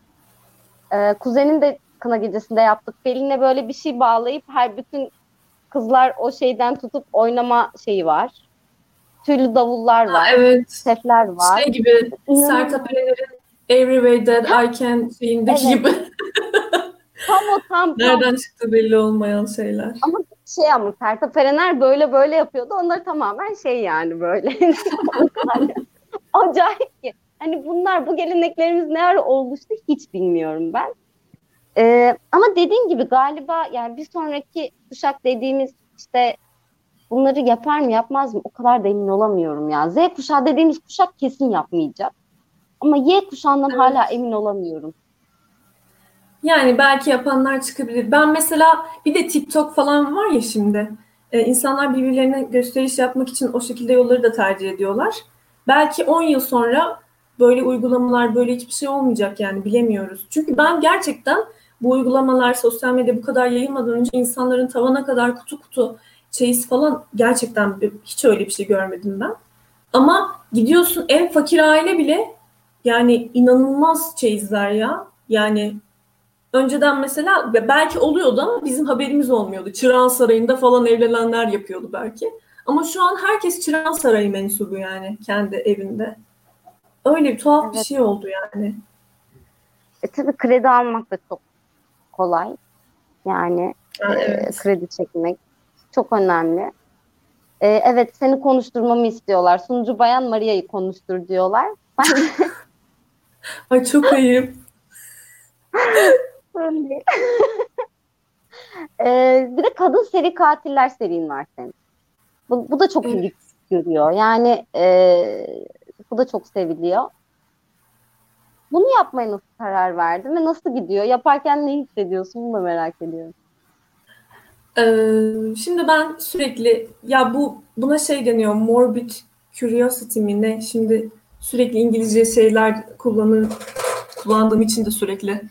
Kuzenin de kına gecesinde yaptık. Beline böyle bir şey bağlayıp her bütün kızlar o şeyden tutup oynama şeyi var. Tüylü davullar var. Evet. Sesler var. Şey gibi İnanılmaz. Sertab Erener'in Every Way That Ha, I Can şeyindeki evet. gibi. Tam. Nereden çıktı belli olmayan şeyler. Ama ama Sertab Erener böyle böyle yapıyordu. Onlar tamamen yani böyle. O kadar acayip ki. Hani bu geleneklerimiz ne ara oluştu hiç bilmiyorum ben. Ama dediğim gibi galiba yani bir sonraki kuşak dediğimiz işte bunları yapar mı yapmaz mı o kadar da emin olamıyorum ya. Z kuşağı dediğimiz kuşak kesin yapmayacak. Ama Y kuşağından hala Evet. emin olamıyorum. Yani belki yapanlar çıkabilir. Ben mesela bir de TikTok falan var ya şimdi. İnsanlar birbirlerine gösteriş yapmak için o şekilde yolları da tercih ediyorlar. Belki 10 yıl sonra böyle uygulamalar, böyle hiçbir şey olmayacak yani bilemiyoruz. Çünkü ben gerçekten bu uygulamalar sosyal medya bu kadar yayılmadan önce insanların tavana kadar kutu kutu çeyiz falan gerçekten hiç öyle bir şey görmedim ben. Ama gidiyorsun en fakir aile bile yani inanılmaz çeyizler ya. Yani önceden mesela belki oluyordu ama bizim haberimiz olmuyordu. Çırağan Sarayı'nda falan evlenenler yapıyordu belki. Ama şu an herkes Çırağan Sarayı mensubu yani kendi evinde. Öyle bir tuhaf bir Evet. şey oldu yani. Tabii kredi almak da çok kolay. Yani Ha, evet. kredi çekmek çok önemli. Evet seni konuşturmamı istiyorlar. Sunucu Bayan Maria'yı konuştur diyorlar. Ben de Ay çok ayıp. öyle. Bir de kadın seri katiller serin var senin. Bu da çok Evet. ilgi görüyor. Yani bu da çok seviliyor. Bunu yapmaya nasıl karar verdin ve nasıl gidiyor? Yaparken ne hissediyorsun? Bunu da merak ediyorum. Şimdi ben sürekli ya buna şey deniyor morbid curiosity mi ne? Şimdi sürekli İngilizce şeyler kullandığım için de sürekli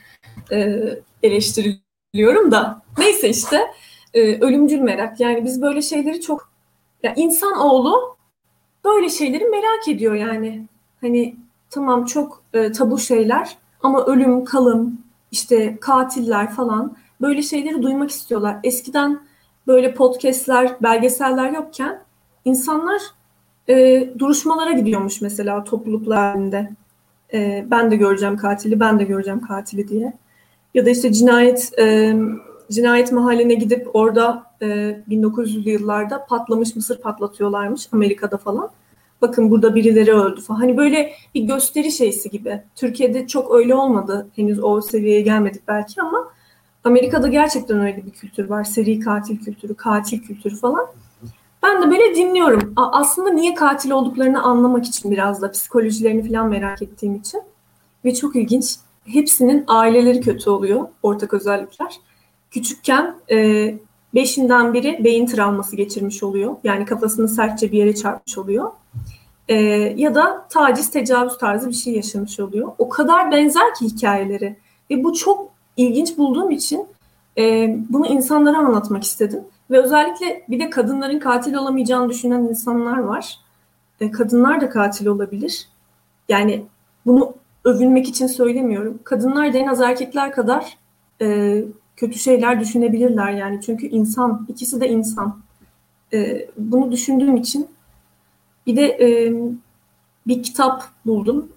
eleştiriliyorum da. Neyse işte ölümcül merak. Yani biz böyle şeyleri çok ya insanoğlu böyle şeyleri merak ediyor yani. Hani tamam çok tabu şeyler ama ölüm, kalım, işte katiller falan böyle şeyleri duymak istiyorlar. Eskiden böyle podcastler, belgeseller yokken insanlar duruşmalara gidiyormuş mesela topluluklar halinde. Ben de göreceğim katili, ben de göreceğim katili diye. Ya da işte cinayet mahalline gidip orada 1900'lü yıllarda patlamış mısır patlatıyorlarmış Amerika'da falan. Bakın burada birileri öldü falan. Hani böyle bir gösteri şeysi gibi. Türkiye'de çok öyle olmadı. Henüz o seviyeye gelmedik belki ama Amerika'da gerçekten öyle bir kültür var. Seri katil kültürü, katil kültürü falan. Ben de böyle dinliyorum. Aslında niye katil olduklarını anlamak için biraz da psikolojilerini falan merak ettiğim için. Ve çok ilginç. Hepsinin aileleri kötü oluyor. Ortak özellikler. Küçükken beşinden biri beyin travması geçirmiş oluyor. Yani kafasını sertçe bir yere çarpmış oluyor. E, Ya da taciz, tecavüz tarzı bir şey yaşamış oluyor. O kadar benzer ki hikayeleri. Ve bu çok ilginç bulduğum için bunu insanlara anlatmak istedim. Ve özellikle bir de kadınların katil olamayacağını düşünen insanlar var. Kadınlar da katil olabilir. Yani bunu övünmek için söylemiyorum. Kadınlar da en az erkekler kadar kötü şeyler düşünebilirler yani. Çünkü insan, ikisi de insan. Bunu düşündüğüm için bir de bir kitap buldum.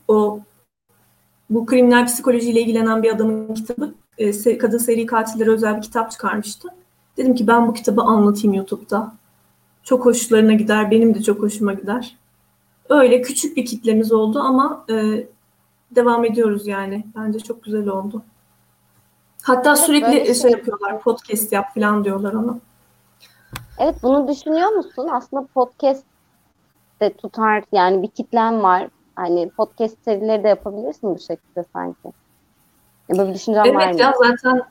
Bu kriminal psikolojiyle ilgilenen bir adamın kitabı. Kadın seri katillere özel bir kitap çıkarmıştı. Dedim ki ben bu kitabı anlatayım YouTube'da. Çok hoşlarına gider, benim de çok hoşuma gider. Öyle küçük bir kitlemiz oldu ama devam ediyoruz yani. Bence çok güzel oldu. Hatta Evet böyle sürekli şey şey. yapıyorlar, podcast yap falan diyorlar ona. Evet bunu düşünüyor musun? Aslında podcast de tutar yani bir kitlen var. Hani podcast serileri de yapabilirsin bu şekilde sanki. Ya böyle bir düşüncen var Evet mı? ya zaten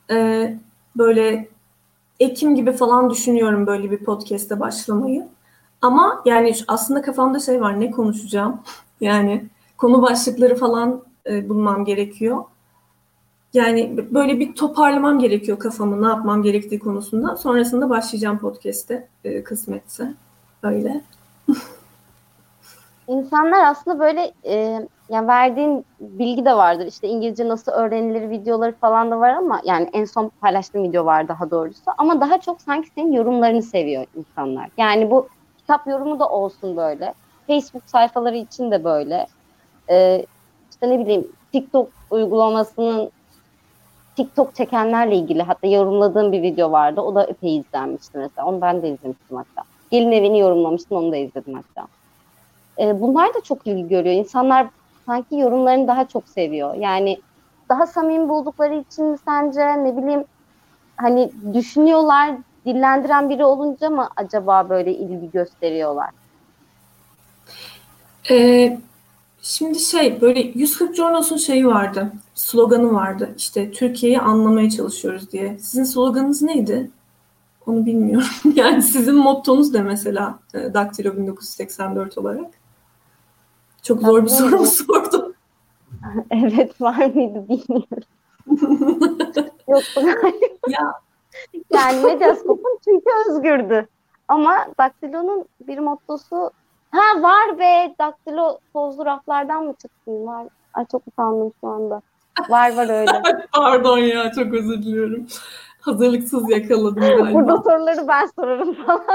böyle Ekim gibi falan düşünüyorum böyle bir podcast'e başlamayı. Ama yani aslında kafamda şey var, ne konuşacağım? Yani konu başlıkları falan bulmam gerekiyor. Yani böyle bir toparlamam gerekiyor kafamı, ne yapmam gerektiği konusunda. Sonrasında başlayacağım podcast'e kısmetse. Öyle. İnsanlar aslında böyle yani verdiğin bilgi de vardır. İşte İngilizce nasıl öğrenilir videoları falan da var ama yani en son paylaştığım video var daha doğrusu. Ama daha çok sanki senin yorumlarını seviyor insanlar. Yani bu kitap yorumu da olsun böyle. Facebook sayfaları için de böyle. E, işte ne bileyim TikTok uygulamasının TikTok çekenlerle ilgili hatta yorumladığım bir video vardı. O da epey izlenmişti mesela. Onu ben de izlemiştim hatta. Gelin evini yorumlamıştım. Onu da izledim hatta. Bunlar da çok ilgi görüyor. İnsanlar sanki yorumlarını daha çok seviyor. Yani daha samimi buldukları için mi sence, ne bileyim, hani düşünüyorlar, dillendiren biri olunca mı acaba böyle ilgi gösteriyorlar? Ee, Şimdi böyle 140 Jornos'un şeyi vardı, sloganı vardı. İşte Türkiye'yi anlamaya çalışıyoruz diye. Sizin sloganınız neydi? Onu bilmiyorum. Yani sizin mottonuz ne mesela Daktilo 1984 olarak? Çok zor bir Aklım soru mu bunu sordum? evet var mıydı bilmiyorum. Yoktu galiba. Ya Yani Medyascope'un çünkü özgürdü. Ama Daktilo'nun bir mottosu ha var be, Daktilo tozlu raflardan mı çıktın? Var. Ay çok utandım şu anda. Var öyle. pardon ya, çok özür diliyorum. Hazırlıksız yakaladım Burada galiba. soruları ben sorarım falan.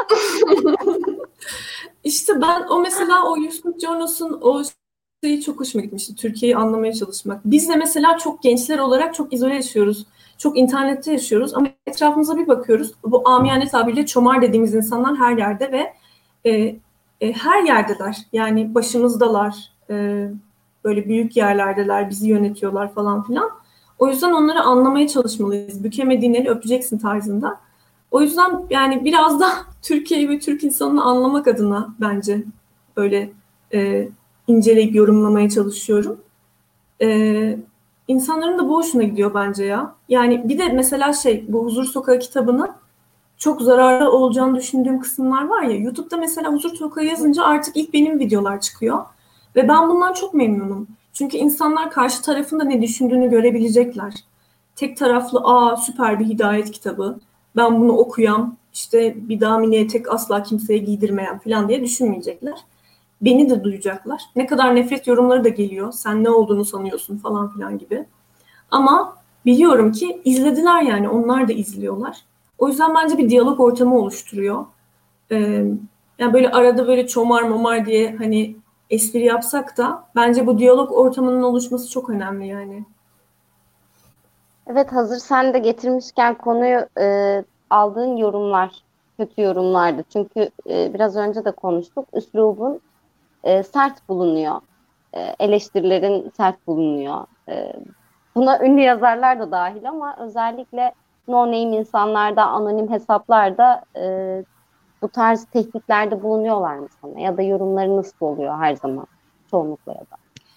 İşte ben o mesela o Yusuf Jonos'un o şeyi çok hoşuma gitmişti. Türkiye'yi anlamaya çalışmak. Biz de mesela çok gençler olarak çok izole yaşıyoruz. Çok internette yaşıyoruz ama etrafımıza bir bakıyoruz. Bu amiyane tabirle çomar dediğimiz insanlar her yerde ve e, her yerdeler. Yani başımızdalar. Böyle büyük yerlerdeler. Bizi yönetiyorlar falan filan. O yüzden onları anlamaya çalışmalıyız. Bükemediğini öpeceksin tarzında. O yüzden yani biraz da Türkiye'yi ve Türk insanını anlamak adına bence böyle inceleyip yorumlamaya çalışıyorum. İnsanların da bu hoşuna gidiyor bence ya. Yani bir de mesela bu Huzur Sokağı kitabını çok zararlı olacağını düşündüğüm kısımlar var ya. YouTube'da mesela Huzur Sokağı yazınca artık ilk benim videolar çıkıyor. Ve ben bundan çok memnunum. Çünkü insanlar karşı tarafın da ne düşündüğünü görebilecekler. Tek taraflı süper bir hidayet kitabı. Ben bunu okuyam, işte bir daha mini etek asla kimseye giydirmeyen falan diye düşünmeyecekler. Beni de duyacaklar. Ne kadar nefret yorumları da geliyor. Sen ne olduğunu sanıyorsun falan filan gibi. Ama biliyorum ki izlediler, yani onlar da izliyorlar. O yüzden bence bir diyalog ortamı oluşturuyor. Ee, Yani böyle arada böyle çomar momar diye hani espri yapsak da bence bu diyalog ortamının oluşması çok önemli yani. Evet, hazır sen de getirmişken konuyu, aldığın yorumlar kötü yorumlardı. Çünkü biraz önce de konuştuk. Üslubun sert bulunuyor. Eleştirilerin sert bulunuyor. Buna ünlü yazarlar da dahil ama özellikle no name insanlarda, anonim hesaplarda bu tarz tehditlerde bulunuyorlar mı sana? Ya da yorumları nasıl oluyor her zaman? Çoğunlukla ya da.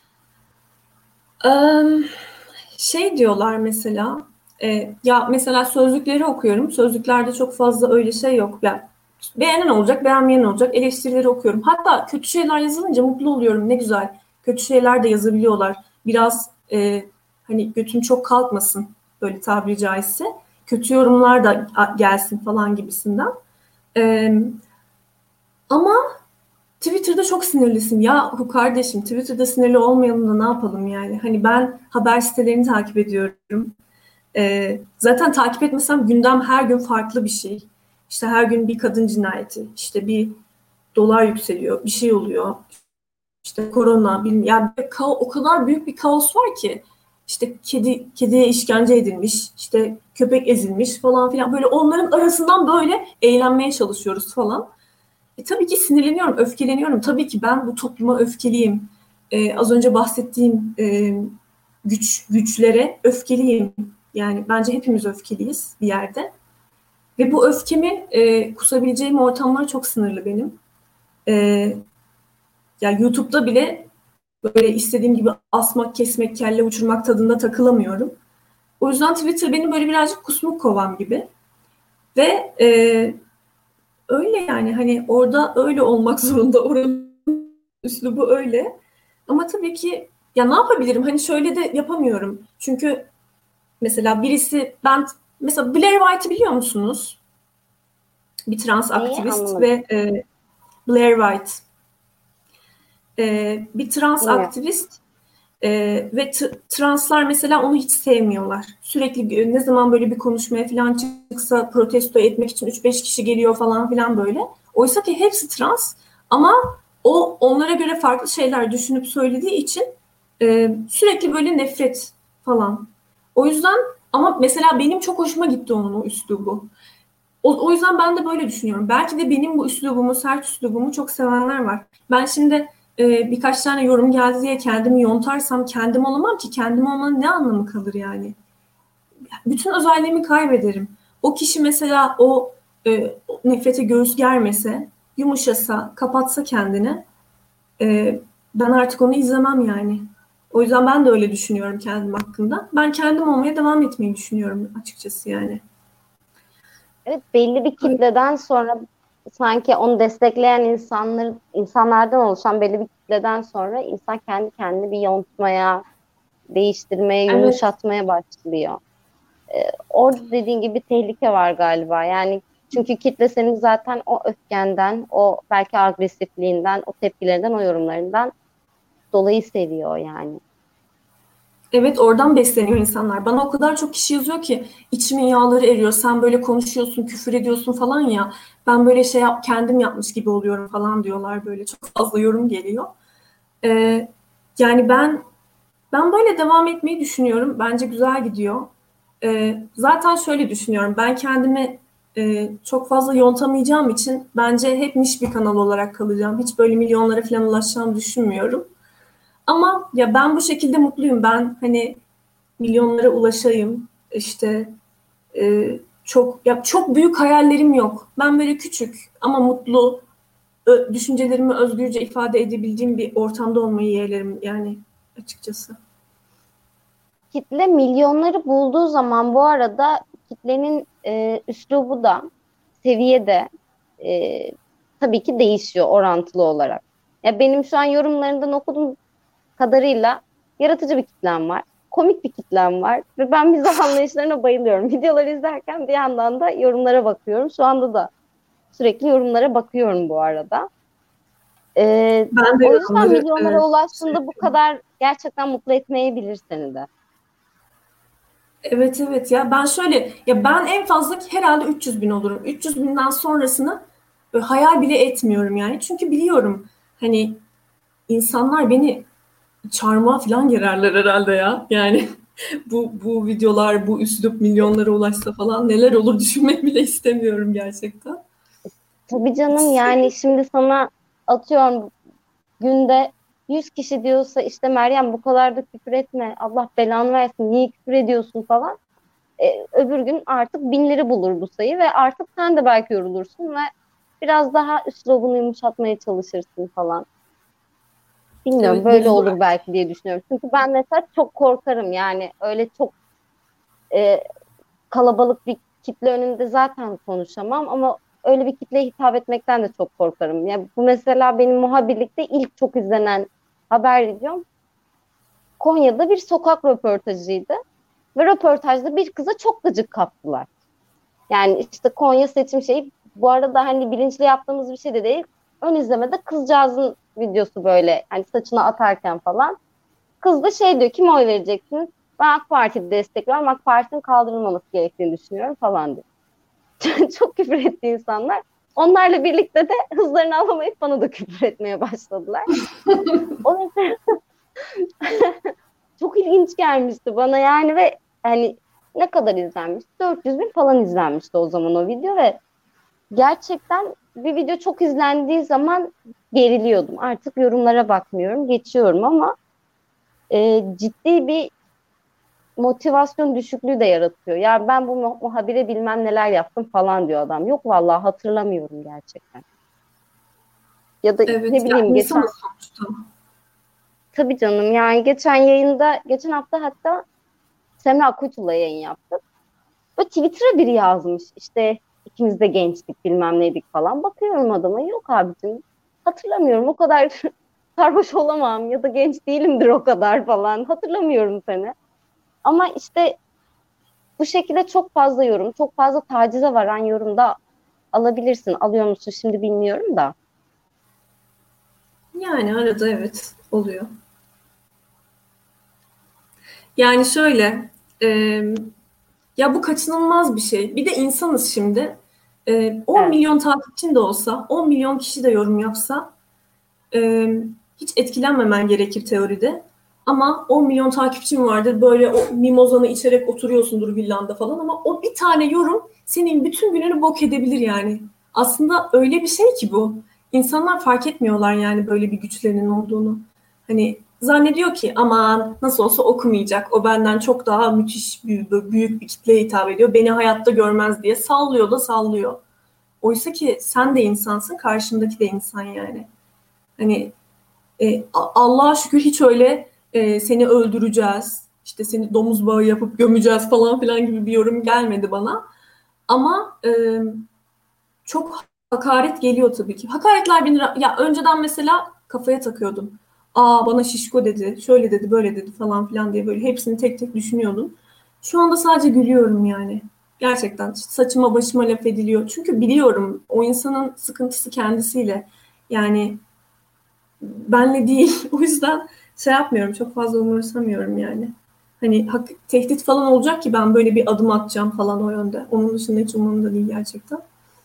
Ee, Diyorlar mesela, ya mesela sözlükleri okuyorum. Sözlüklerde çok fazla öyle şey yok. Yani beğenen olacak, beğenmeyen olacak. Eleştirileri okuyorum. Hatta kötü şeyler yazılınca mutlu oluyorum. Ne güzel. Kötü şeyler de yazabiliyorlar. Biraz hani götüm çok kalkmasın, böyle tabiri caizse. Kötü yorumlar da gelsin falan gibisinden. E, Ama Twitter'da çok sinirlisin. Yahu kardeşim, Twitter'da sinirli olmayalım da ne yapalım yani? Hani ben haber sitelerini takip ediyorum. Zaten takip etmesem gündem her gün farklı bir şey. İşte her gün bir kadın cinayeti, işte bir dolar yükseliyor, bir şey oluyor. İşte korona, bilmiyorum. Yani o kadar büyük bir kaos var ki. İşte kediye işkence edilmiş, işte köpek ezilmiş falan filan. Böyle onların arasından böyle eğlenmeye çalışıyoruz falan. Tabii ki sinirleniyorum, öfkeleniyorum. Tabii ki ben bu topluma öfkeliyim. Az önce bahsettiğim güçlere öfkeliyim. Yani bence hepimiz öfkeliyiz bir yerde. Ve bu öfkemi kusabileceğim ortamlar çok sınırlı benim. E, Ya YouTube'da bile böyle istediğim gibi asmak, kesmek, kelle uçurmak tadında takılamıyorum. O yüzden Twitter benim böyle birazcık kusmuk kovam gibi. Ve öyle yani, hani orada öyle olmak zorunda. Oranın üslubu öyle. Ama tabii ki ya ne yapabilirim? Hani şöyle de yapamıyorum. Çünkü mesela ben mesela Blair White'ı biliyor musunuz? Bir trans Neyi aktivist anlamadım. ve Blair White bir trans Bilmiyorum. aktivist ve translar mesela onu hiç sevmiyorlar. Sürekli ne zaman böyle bir konuşmaya falan çıksa protesto etmek için 3-5 kişi geliyor falan filan böyle. Oysa ki hepsi trans ama o onlara göre farklı şeyler düşünüp söylediği için Sürekli böyle nefret falan. O yüzden ama mesela benim çok hoşuma gitti onun o üslubu. O yüzden ben de böyle düşünüyorum. Belki de benim bu üslubumu, sert üslubumu çok sevenler var. Ben şimdi birkaç tane yorum geldi diye kendimi yontarsam kendim olamam ki. Kendim olmanın ne anlamı kalır yani? Bütün özelliğimi kaybederim. O kişi mesela o nefrete göğüs germese, yumuşasa, kapatsa kendini, ben artık onu izlemem yani. O yüzden ben de öyle düşünüyorum kendim hakkında. Ben kendim olmaya devam etmeyi düşünüyorum açıkçası yani. Evet, belli bir kitleden sonra sanki onu destekleyen insanlardan oluşan belli bir kitleden sonra insan kendi kendini bir yontmaya, değiştirmeye, Evet, yumuşatmaya başlıyor. Orada dediğin gibi bir tehlike var galiba. Yani çünkü kitle senin zaten o öfkenden, o belki agresifliğinden, o tepkilerinden, o yorumlarından dolayı seviyor yani. evet oradan besleniyor insanlar. Bana o kadar çok kişi yazıyor ki içimin yağları eriyor. Sen böyle konuşuyorsun, küfür ediyorsun falan ya. Ben böyle kendim yapmış gibi oluyorum falan diyorlar böyle. Çok fazla yorum geliyor. Ee, Yani ben böyle devam etmeyi düşünüyorum. Bence güzel gidiyor. Zaten şöyle düşünüyorum. Ben kendimi çok fazla yontamayacağım için bence hep niş bir kanal olarak kalacağım. Hiç böyle milyonlara falan ulaşacağımı düşünmüyorum. Ama ya ben bu şekilde mutluyum. Ben hani milyonlara ulaşayım. İşte çok büyük hayallerim yok. Ben böyle küçük ama mutlu, düşüncelerimi özgürce ifade edebildiğim bir ortamda olmayı yeğlerim yani açıkçası. Kitle milyonları bulduğu zaman bu arada kitlenin üslubu da seviye de e, tabii ki değişiyor orantılı olarak. Ya benim şu an yorumlarından okuduğum kadarıyla yaratıcı bir kitlem var. Komik bir kitlem var ve ben mizah anlayışlarına bayılıyorum. Videoları izlerken bir yandan da yorumlara bakıyorum. Şu anda da sürekli yorumlara bakıyorum bu arada. Ben de O yüzden yorumları milyonlara ulaştığında bu kadar gerçekten mutlu etmeyebilir seni de. evet evet ya ben şöyle ya ben en fazla herhalde 300 bin olurum. 300 binden sonrasını hayal bile etmiyorum yani. Çünkü biliyorum hani insanlar beni çarmıha falan gererler herhalde ya. Yani bu videolar bu üslup milyonlara ulaşsa falan neler olur düşünmek bile istemiyorum gerçekten. Tabii canım, yani şimdi sana atıyorum günde 100 kişi diyorsa işte Meryem bu kadar da küfür etme, Allah belanı versin, niye küfür ediyorsun falan. Öbür gün artık binleri bulur bu sayı ve artık sen de belki yorulursun ve biraz daha üslubunu yumuşatmaya çalışırsın falan. Bilmiyorum, Evet böyle bozulur. olur belki diye düşünüyorum. Çünkü ben mesela çok korkarım, yani öyle çok e, kalabalık bir kitle önünde zaten konuşamam ama öyle bir kitleye hitap etmekten de çok korkarım. Ya bu mesela benim muhabirlikte ilk çok izlenen haber videom Konya'da bir sokak röportajıydı ve röportajda bir kıza çok gıcık kaptılar. Yani işte Konya seçim şeyi, bu arada hani bilinçli yaptığımız bir şey de değil. Ön izlemede kızcağızın videosu böyle hani saçını atarken falan. Kız da şey diyor, kime oy vereceksiniz? Ben AK Parti'yi destekliyorum. AK Parti'nin kaldırılmaması gerektiğini düşünüyorum falan diyor. Çok küfür etti insanlar. Onlarla birlikte de hızlarını alamayıp bana da küfür etmeye başladılar. O mesela çok ilginç gelmişti bana yani ve hani ne kadar izlenmiş? 400 bin falan izlenmişti o zaman o video ve gerçekten bir video çok izlendiği zaman geriliyordum. Artık yorumlara bakmıyorum, geçiyorum ama ciddi bir motivasyon düşüklüğü de yaratıyor. Ya ben bu muhabire bilmem neler yaptım falan diyor adam. Yok vallahi hatırlamıyorum gerçekten. Ya da ne Evet ya bileyim geçen, insanız sonuçta. tabii canım, yani geçen yayında, geçen hafta hatta Semra Akuytu'la yayın yaptık. Böyle Twitter'a biri yazmış işte ikimiz de gençtik bilmem neydik falan. Bakıyorum adama, yok abicim hatırlamıyorum, o kadar sarhoş olamam ya da genç değilimdir o kadar falan. Hatırlamıyorum seni. Ama işte bu şekilde çok fazla yorum, çok fazla tacize varan yorum da alabilirsin. Alıyor musun şimdi bilmiyorum da. Yani arada evet oluyor. Yani şöyle e, ya bu kaçınılmaz bir şey. Bir de insanız şimdi. 10 Evet. milyon takipçin de olsa, 10 milyon kişi de yorum yapsa hiç etkilenmemen gerekir teoride. Ama 10 milyon takipçin vardır. Böyle o mimozanı içerek oturuyorsundur villanda falan ama o bir tane yorum senin bütün gününü bok edebilir yani. Aslında öyle bir şey ki bu. İnsanlar fark etmiyorlar yani böyle bir güçlerinin olduğunu. Hani zannediyor ki aman nasıl olsa okumayacak. O benden çok daha müthiş büyük bir kitleye hitap ediyor. Beni hayatta görmez diye sallıyor da sallıyor. Oysa ki sen de insansın, karşındaki de insan yani. Hani Allah'a şükür hiç öyle seni öldüreceğiz, işte seni domuz bağı yapıp gömeceğiz falan filan gibi bir yorum gelmedi bana. Ama çok hakaret geliyor tabii ki. Hakaretler beni ya önceden mesela kafaya takıyordum. Aa bana şişko dedi, şöyle dedi, böyle dedi falan filan diye böyle hepsini tek tek düşünüyordum. Şu anda sadece gülüyorum yani. Gerçekten saçıma başıma laf ediliyor. Çünkü biliyorum o insanın sıkıntısı kendisiyle. Yani benle değil. O yüzden şey yapmıyorum. Çok fazla umursamıyorum yani. Hani tehdit falan olacak ki ben böyle bir adım atacağım falan o yönde. Onun dışında hiç umurumda değil gerçekten.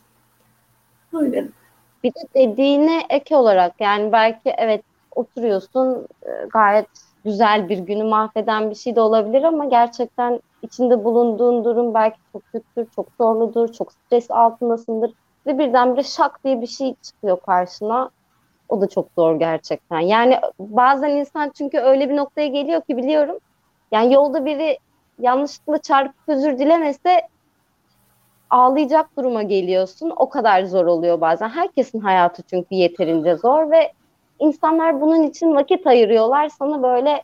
Öyle. Bir de dediğine ek olarak yani belki evet oturuyorsun gayet güzel bir günü mahveden bir şey de olabilir ama gerçekten içinde bulunduğun durum belki çok kötüdür, çok zorludur, çok stres altındasındır ve birdenbire şak diye bir şey çıkıyor karşına. O da çok zor gerçekten. Yani bazen insan çünkü öyle bir noktaya geliyor ki biliyorum. Yani yolda biri yanlışlıkla çarpıp özür dilemese ağlayacak duruma geliyorsun. O kadar zor oluyor bazen. Herkesin hayatı çünkü yeterince zor ve insanlar bunun için vakit ayırıyorlar. Sana böyle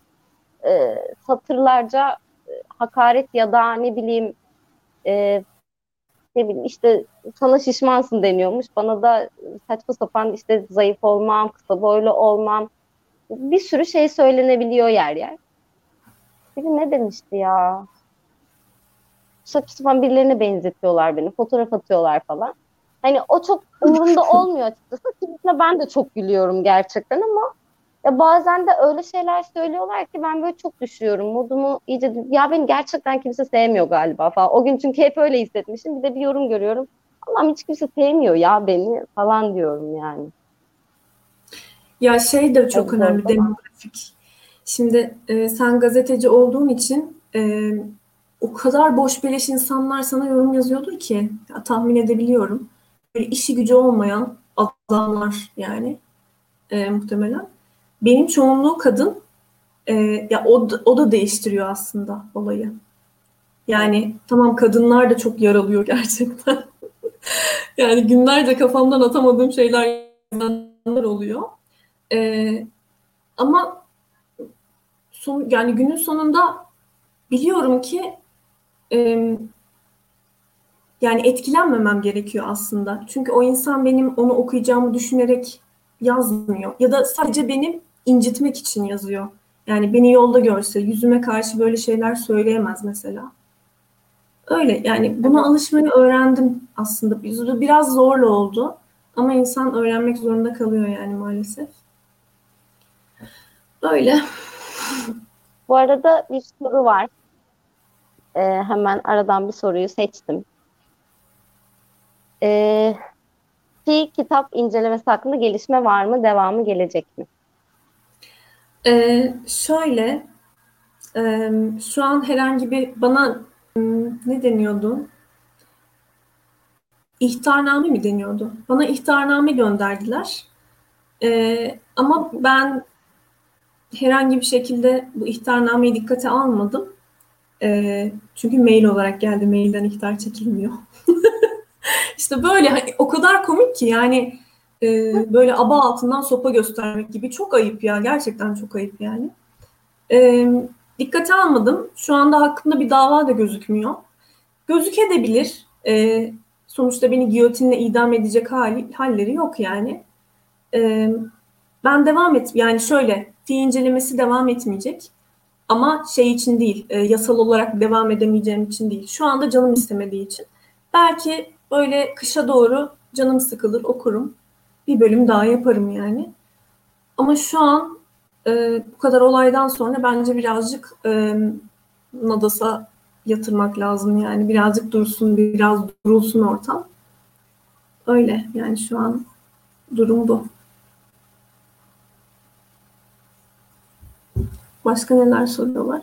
satırlarca hakaret ya da ne bileyim e, ne bileyim işte sana şişmansın deniyormuş. Bana da saçma sapan işte zayıf olmam, kısa boylu olmam. Bir sürü şey söylenebiliyor yer yer. Biri ne demişti ya? Saçma sapan birilerine benzetiyorlar beni. Fotoğraf atıyorlar falan. Hani o çok umurumda olmuyor açıkçası. Kimisine ben de çok gülüyorum gerçekten ama ya bazen de öyle şeyler söylüyorlar ki ben böyle çok düşüyorum. Modumu iyice ya beni gerçekten kimse sevmiyor galiba falan. O gün çünkü hep öyle hissetmişim. Bir de bir yorum görüyorum. Allah'ım hiç kimse sevmiyor ya beni falan diyorum yani. Ya şey de Ay çok zor önemli ama. demografik. Şimdi sen gazeteci olduğun için o kadar boş beleş insanlar sana yorum yazıyordur ki ya, tahmin edebiliyorum. Böyle işi gücü olmayan adamlar yani muhtemelen. Benim çoğunluğu kadın. E, ya o da değiştiriyor aslında olayı. Evet. Yani tamam kadınlar da çok yaralıyor gerçekten. Yani günlerce kafamdan atamadığım şeyler oluyor. E, ama yani günün sonunda biliyorum ki e, yani etkilenmemem gerekiyor aslında. Çünkü o insan benim onu okuyacağımı düşünerek yazmıyor. Ya da sadece benim incitmek için yazıyor. Yani beni yolda görse yüzüme karşı böyle şeyler söyleyemez mesela. Öyle yani buna Evet. alışmayı öğrendim aslında. Biraz zorla oldu ama insan öğrenmek zorunda kalıyor yani maalesef. Öyle. Bu arada bir soru var. Hemen aradan bir soruyu seçtim. Ee, kitap incelemesi hakkında gelişme var mı? Devamı gelecek mi? Şöyle şu an herhangi bir bana ne deniyordu? İhtarname mi deniyordu? Bana ihtarname gönderdiler. Hı Ama hı. ben herhangi bir şekilde bu ihtarnameyi dikkate almadım. Çünkü mail olarak geldi. Mailden ihtar çekilmiyor. İşte böyle hani, o kadar komik ki yani böyle aba altından sopa göstermek gibi çok ayıp ya. Gerçekten çok ayıp yani. E, dikkate almadım. Şu anda hakkında bir dava da gözükmüyor. Gözükebilir. Sonuçta beni giyotinle idam edecek halleri yok yani. E, ben devam et yani şöyle fi incelemesi devam etmeyecek. Ama şey için değil, yasal olarak devam edemeyeceğim için değil. Şu anda canım istemediği için. Belki böyle kışa doğru canım sıkılır, okurum. Bir bölüm daha yaparım yani. Ama şu an bu kadar olaydan sonra bence birazcık Nadas'a yatırmak lazım yani. Birazcık dursun, biraz durulsun ortam. Öyle yani şu an durum bu. Başka neler soruyorlar?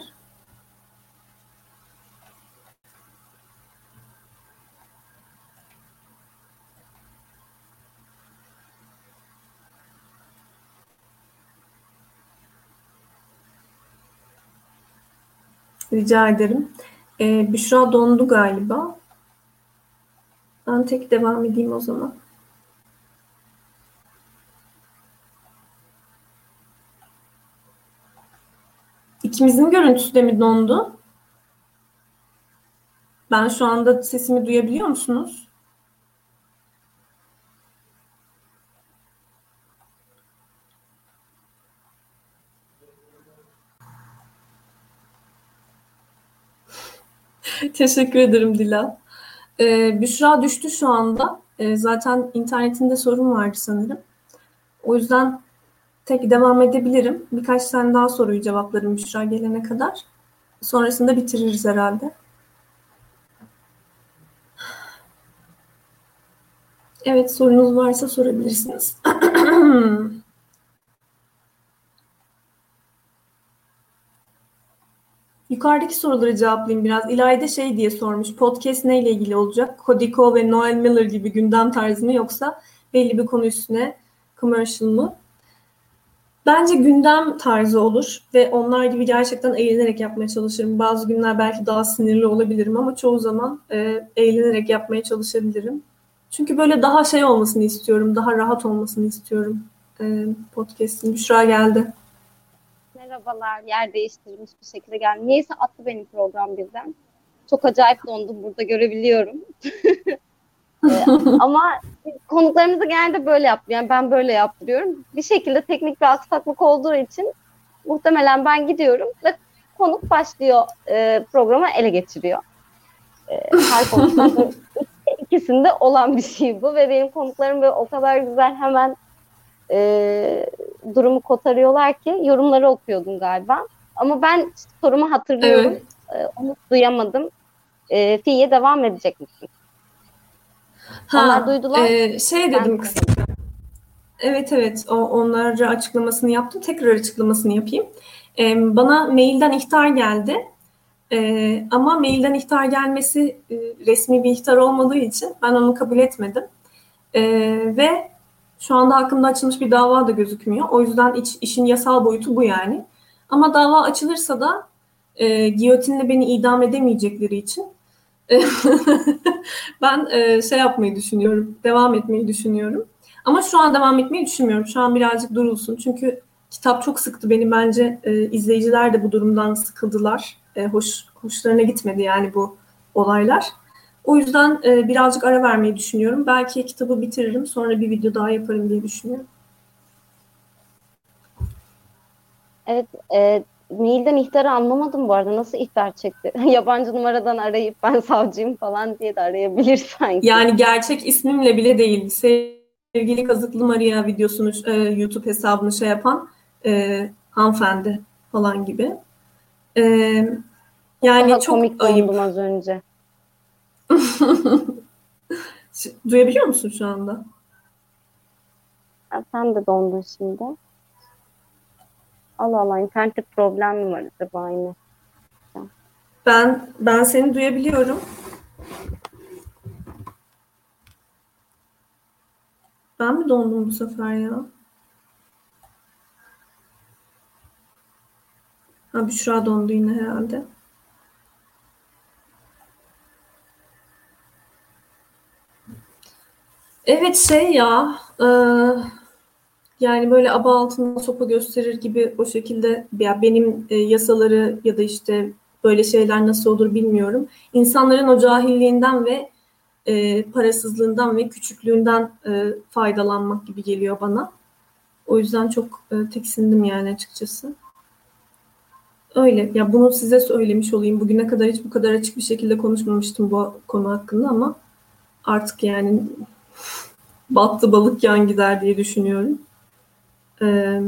Rica ederim. Büşra dondu galiba. Ben tek devam edeyim o zaman. İkimizin görüntüsü de mi dondu? Ben şu anda sesimi duyabiliyor musunuz? Teşekkür ederim Dila. Büşra düştü şu anda. Zaten internetinde sorun vardı sanırım. O yüzden tek devam edebilirim. Birkaç tane daha soruyu cevaplarım Büşra gelene kadar. Sonrasında bitiririz herhalde. Evet, sorunuz varsa sorabilirsiniz. Yukarıdaki soruları cevaplayayım biraz. İlayda şey diye sormuş. Podcast neyle ilgili olacak? Codico ve Noel Miller gibi gündem tarzı mı yoksa belli bir konu üstüne commercial mı? Bence gündem tarzı olur ve onlar gibi gerçekten eğlenerek yapmaya çalışırım. Bazı günler belki daha sinirli olabilirim ama çoğu zaman eğlenerek yapmaya çalışabilirim. Çünkü böyle daha şey olmasını istiyorum, daha rahat olmasını istiyorum podcast'in. Büşra geldi. Merhabalar, yer değiştirilmiş bir şekilde geldi. Niyeyse attı benim program birden. Çok acayip dondum burada görebiliyorum. Ama konuklarımız da genelde böyle yapıyor. Yani ben böyle yaptırıyorum. Bir şekilde teknik bir aksaklık olduğu için muhtemelen ben gidiyorum ve konuk başlıyor programa ele geçiriyor. Her konuktan ikisinde olan bir şey bu ve benim konuklarım böyle o kadar güzel hemen durumu kotarıyorlar ki yorumları okuyordum galiba. Ama ben sorumu hatırlıyorum. Evet. Onu duyamadım. Fiye devam edecek misin? Onlar Ha, duydular. şey Ben dedim kısaca. Evet, onlara açıklamasını yaptım. Tekrar açıklamasını yapayım. Bana mailden ihtar geldi. Ama mailden ihtar gelmesi resmi bir ihtar olmadığı için ben onu kabul etmedim. Ve şu anda hakkında açılmış bir dava da gözükmüyor. O yüzden işin yasal boyutu bu yani. Ama dava açılırsa da giyotinle beni idam edemeyecekleri için ben şey yapmayı düşünüyorum, devam etmeyi düşünüyorum. Ama şu an devam etmeyi düşünmüyorum. Şu an birazcık durulsun. Çünkü kitap çok sıktı beni. Bence izleyiciler de bu durumdan sıkıldılar. Hoşlarına gitmedi yani bu olaylar. O yüzden birazcık ara vermeyi düşünüyorum. Belki kitabı bitiririm, sonra bir video daha yaparım diye düşünüyorum. Evet, mailden ihtarı anlamadım bu arada. Nasıl ihtar çekti? Yabancı numaradan arayıp ben savcıyım falan diye de arayabilir sanki. Yani gerçek ismimle bile değil. Sevgili Kazıklı Maria videosunu, YouTube hesabını şey yapan hanımefendi falan gibi. E, Çok Yani daha çok komik ayıp. dondum az önce. Duyabiliyor musun şu anda? Ha, sen de dondun şimdi. Allah Allah, internette problem mi var acaba yine? Ben seni duyabiliyorum. Ben mi dondum bu sefer ya? Ha, Büşra dondu yine herhalde. Evet şey ya, yani böyle aba altından sopa gösterir gibi o şekilde ya benim yasaları ya da işte böyle şeyler nasıl olur bilmiyorum. İnsanların o cahilliğinden ve parasızlığından ve küçüklüğünden faydalanmak gibi geliyor bana. O yüzden çok tiksindim yani açıkçası. Öyle. Ya bunu size söylemiş olayım. Bugüne kadar hiç bu kadar açık bir şekilde konuşmamıştım bu konu hakkında ama artık yani battı balık yan gider diye düşünüyorum. Ee,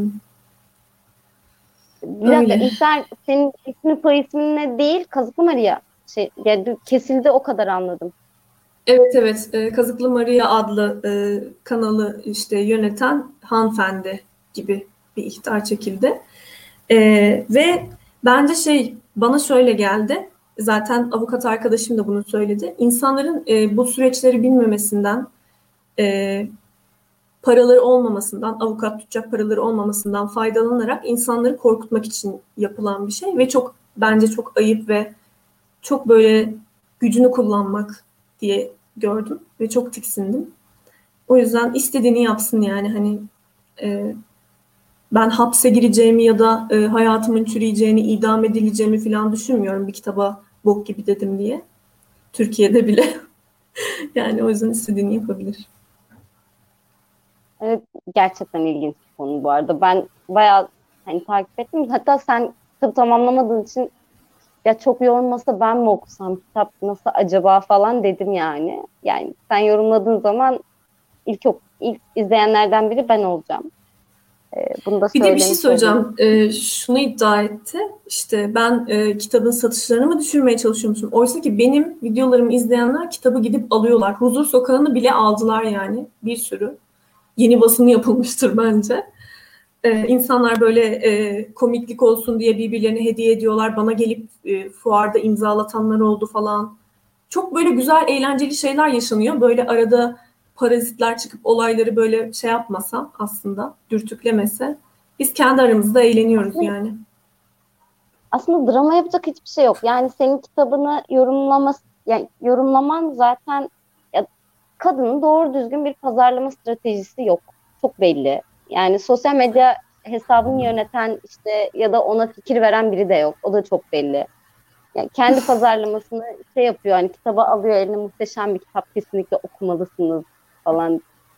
Bir dakika, Öyle. ihtar senin ismin soy isminle değil, Kazıklı Maria yani kesildi, o kadar anladım. Evet. Kazıklı Maria adlı kanalı işte yöneten hanımefendi gibi bir ihtar çekildi. Ve bence bana şöyle geldi. Zaten avukat arkadaşım da bunu söyledi. İnsanların bu süreçleri bilmemesinden, e, paraları olmamasından, avukat tutacak paraları olmamasından faydalanarak insanları korkutmak için yapılan bir şey ve bence çok ayıp ve çok böyle gücünü kullanmak diye gördüm ve çok tiksindim. O yüzden istediğini yapsın yani hani ben hapse gireceğimi ya da hayatımın çürüyeceğini, idam edileceğimi falan düşünmüyorum bir kitaba bok gibi dedim diye. Türkiye'de bile. Yani o yüzden istediğini yapabilir. Evet, gerçekten ilginç bir konu bu arada. Ben bayağı hani takip ettim. Hatta sen kitabı tamamlamadığın için ya çok yorulmasa ben mi okusam, kitap nasıl acaba falan dedim yani. Yani sen yorumladığın zaman ilk izleyenlerden biri ben olacağım. Bunu da Bir de bir şey söylemiş olayım. söyleyeceğim. Şunu iddia etti. İşte ben kitabın satışlarını mı düşürmeye çalışıyormuşum? Oysa ki benim videolarımı izleyenler kitabı gidip alıyorlar. Huzur Sokağı'nı bile aldılar yani. Bir sürü. Yeni basımı yapılmıştır bence. İnsanlar böyle komiklik olsun diye birbirlerine hediye ediyorlar. Bana gelip fuarda imzalatanlar oldu falan. Çok böyle güzel, eğlenceli şeyler yaşanıyor. Böyle arada parazitler çıkıp olayları böyle yapmasa aslında, dürtüklemese. Biz kendi aramızda eğleniyoruz Aslında, yani. aslında drama yapacak hiçbir şey yok. Yani senin kitabını yani yorumlaman zaten ya, kadının doğru düzgün bir pazarlama stratejisi yok. Çok belli. Yani sosyal medya hesabını yöneten işte ya da ona fikir veren biri de yok. O da çok belli. Yani kendi pazarlamasını yapıyor. Hani kitaba alıyor eline, muhteşem bir kitap, kesinlikle okumalısınız falan.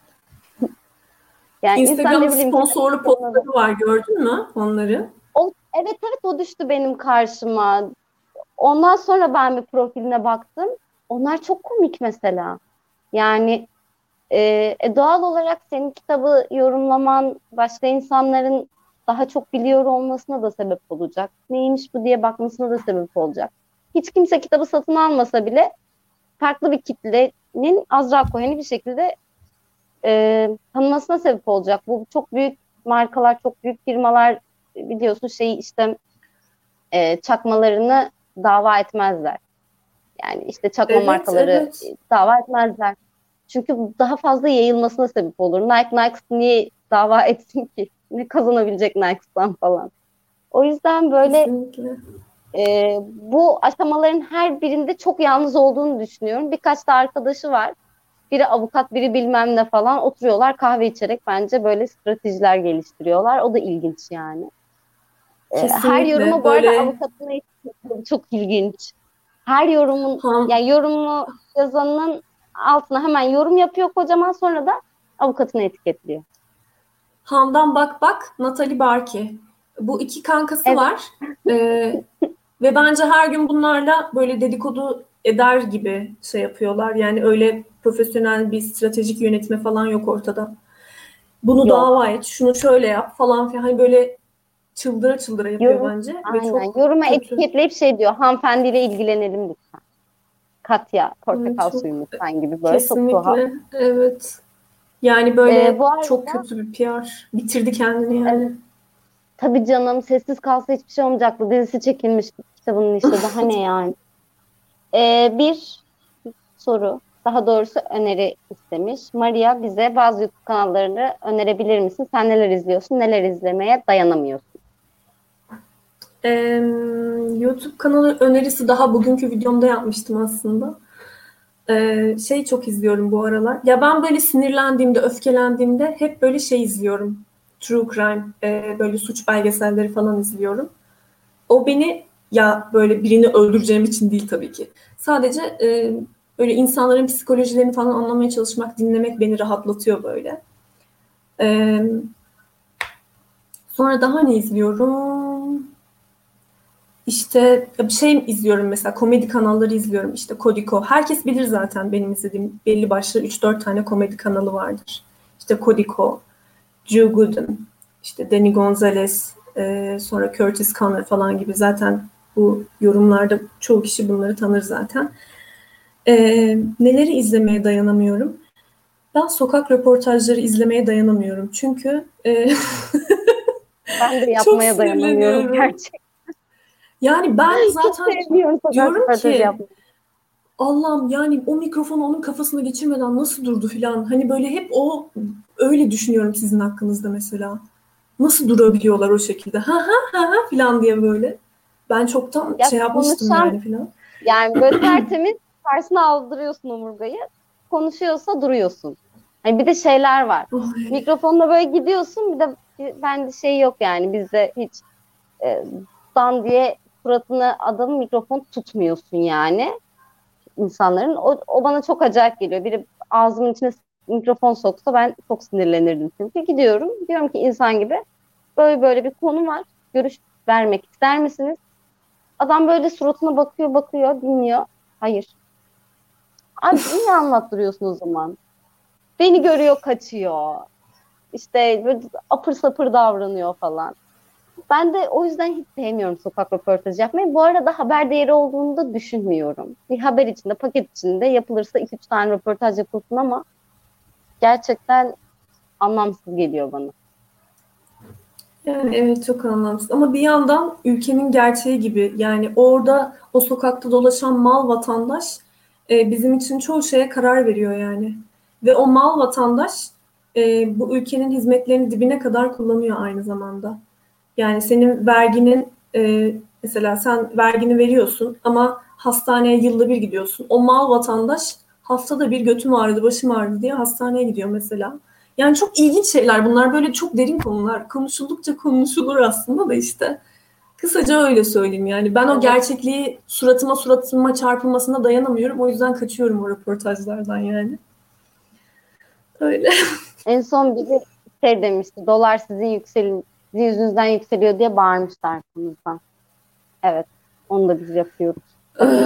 Yani insan Instagram ne bileyim kendi sponsorlu kitabına da. postları var, gördün mü onları? Evet, evet, o düştü benim karşıma. Ondan sonra ben bir profiline baktım. Onlar çok komik mesela. Yani doğal olarak senin kitabı yorumlaman başka insanların daha çok biliyor olmasına da sebep olacak. Neymiş bu diye bakmasına da sebep olacak. Hiç kimse kitabı satın almasa bile farklı bir kitlenin Azra Cohen'i bir şekilde tanımasına sebep olacak. Bu çok büyük markalar, çok büyük firmalar biliyorsun işte çakmalarını dava etmezler. Yani işte çakma Evet, markaları evet. dava etmezler. Çünkü daha fazla yayılmasına sebep olur. Nike niye dava etsin ki? Ne kazanabilecek Nike'dan falan. O yüzden böyle Kesinlikle. bu aşamaların her birinde çok yalnız olduğunu düşünüyorum. Birkaç da arkadaşı var. Biri avukat, biri bilmem ne falan. Oturuyorlar kahve içerek bence böyle stratejiler geliştiriyorlar. O da ilginç yani. Her Kesinlikle. yoruma bu arada Böyle avukatını etkiliyor. Çok ilginç. Her yorumun ham, yani yorumu yazanın altına hemen yorum yapıyor kocaman, sonra da avukatını etiketliyor. Hamdan Bak Bak, Natalie Barki. Bu iki kankası Evet, var. Ee, Ve bence her gün bunlarla böyle dedikodu eder gibi yapıyorlar. Yani öyle profesyonel bir stratejik yönetme falan yok ortada. Bunu yok. dava et, şunu şöyle yap falan filan. Hani böyle çıldıra çıldıra yapıyor Yorum bence ve aynen. çok Yoruma kötü. etiketleyip diyor. Hanımefendiyle ilgilenelim lütfen. Katya, Yani portakal çok suyu lütfen gibi, böyle çok tuhaf. kesinlikle evet. Yani böyle Bu çok arada kötü bir PR. Bitirdi kendini evet, yani. tabii canım, sessiz kalsa hiçbir şey olmayacaktı. Dizisi çekilmiş, kitabının işte daha ne yani. Bir soru, daha doğrusu öneri istemiş. Maria bize bazı YouTube kanallarını önerebilir misin? Sen neler izliyorsun, neler izlemeye dayanamıyorsun? Ee, YouTube kanalı önerisi daha bugünkü videomda yapmıştım aslında. Çok izliyorum bu aralar. Ya ben böyle sinirlendiğimde, öfkelendiğimde hep böyle izliyorum. True crime, böyle suç belgeselleri falan izliyorum. O beni, ya böyle birini öldüreceğim için değil tabii ki. Sadece böyle insanların psikolojilerini falan anlamaya çalışmak, dinlemek beni rahatlatıyor böyle. E, Sonra daha ne izliyorum? İşte bir izliyorum mesela, komedi kanalları izliyorum. İşte Kodiko. Herkes bilir zaten benim izlediğim belli başlı 3-4 tane komedi kanalı vardır. İşte Kodiko, Joe Gooden, işte Danny Gonzalez, sonra Curtis Conner falan gibi, zaten bu yorumlarda çoğu kişi bunları tanır zaten. Neleri izlemeye dayanamıyorum? Ben sokak röportajları izlemeye dayanamıyorum. Çünkü Ben de Çok yapmaya dayanamıyorum sinirleniyorum. gerçekten. Yani ben Hiç zaten sevmiyorum sokak diyorum röportajı ki yapmayı. Allah'ım yani o mikrofonu onun kafasına geçirmeden nasıl durdu filan. Hani böyle hep o öyle düşünüyorum sizin hakkınızda mesela. Nasıl durabiliyorlar o şekilde? Ha ha ha ha filan diye böyle. Ben çoktan Ya şey yapmıştım konuşan yani filan. yani böyle tertemiz karşısına aldırıyorsun omurgayı. Konuşuyorsa duruyorsun. Hani bir de şeyler var. Ay. Mikrofonla böyle gidiyorsun bir de bende şey yok yani bizde hiç e, dan diye suratına adamın mikrofon tutmuyorsun yani insanların. O bana çok acayip geliyor. Biri ağzımın içine mikrofon soksa ben çok sinirlenirdim çünkü. Gidiyorum diyorum ki insan gibi böyle böyle bir konu var. Görüş vermek ister misiniz? Adam böyle suratına bakıyor bakıyor dinliyor. Hayır. Abi niye anlattırıyorsun o zaman? Beni görüyor kaçıyor. İşte böyle apır sapır davranıyor falan. Ben de o yüzden hiç sevmiyorum sokak röportajı yapmayı. Bu arada haber değeri olduğunu da düşünmüyorum. Bir haber içinde, paket içinde yapılırsa iki üç tane röportaj yapılsın ama gerçekten anlamsız geliyor bana. Yani evet çok anlamsız ama bir yandan ülkenin gerçeği gibi yani orada o sokakta dolaşan mal vatandaş bizim için çoğu şeye karar veriyor yani. Ve o mal vatandaş bu ülkenin hizmetlerini dibine kadar kullanıyor aynı zamanda. Yani senin verginin mesela sen vergini veriyorsun ama hastaneye yılda bir gidiyorsun. O mal vatandaş haftada bir götüm ağrıdı, başım ağrıdı diye hastaneye gidiyor mesela. Yani çok ilginç şeyler bunlar. Böyle çok derin konular. Konuşuldukça konuşulur aslında da işte. Kısaca öyle söyleyeyim yani. Ben o Evet. gerçekliği suratıma çarpılmasına dayanamıyorum. O yüzden kaçıyorum o röportajlardan yani. Öyle. En son biri şey demişti. Dolar sizin yüzünüzden yükseliyor diye bağırmıştı arkamızdan. Evet. Onu da biz yapıyoruz.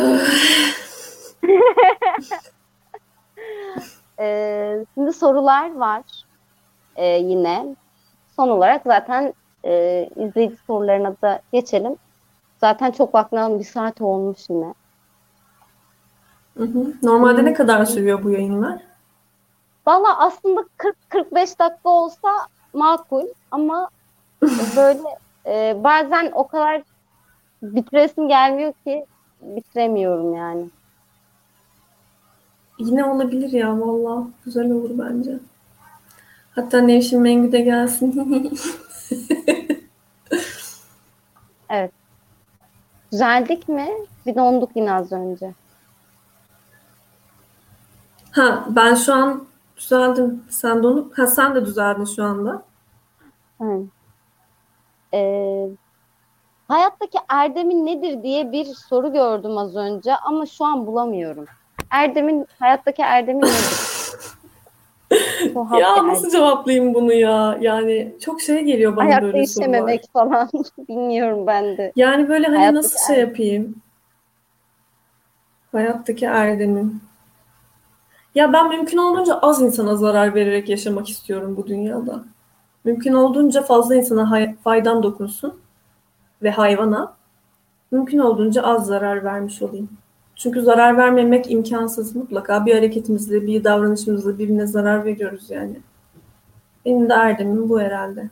Şimdi sorular var yine. Son olarak zaten izleyici sorularına da geçelim. Zaten çok vakti bir saat olmuş yine. Hı hı. Normalde ne Hmm, kadar sürüyor bu yayınlar? valla aslında 40-45 dakika olsa makul ama böyle bazen o kadar bitiresim gelmiyor ki bitiremiyorum yani. Yine olabilir ya valla. Güzel olur bence. Hatta Nevşin Mengü de gelsin. Evet. Düzeldik mi? Bir donduk yine az önce. Ha ben şu an düzeldim. Sen de onu... Ha sen de düzeldin şu anda. Evet. Hayattaki erdemin nedir diye bir soru gördüm az önce ama şu an bulamıyorum. Hayattaki erdemin nedir? Tuhaf Ya nasıl geldi. cevaplayayım bunu ya? Yani çok şey geliyor bana Ayakta böyle sorular. işememek falan. Bilmiyorum ben de. Yani böyle hani Hayattaki nasıl şey yapayım? Hayattaki erdemim. Ya ben mümkün olduğunca az insana zarar vererek yaşamak istiyorum bu dünyada. Mümkün olduğunca fazla insana faydam dokunsun ve hayvana. Mümkün olduğunca az zarar vermiş olayım. Çünkü zarar vermemek imkansız. Mutlaka bir hareketimizle, bir davranışımızla birine zarar veriyoruz yani. Benim de erdemim bu herhalde.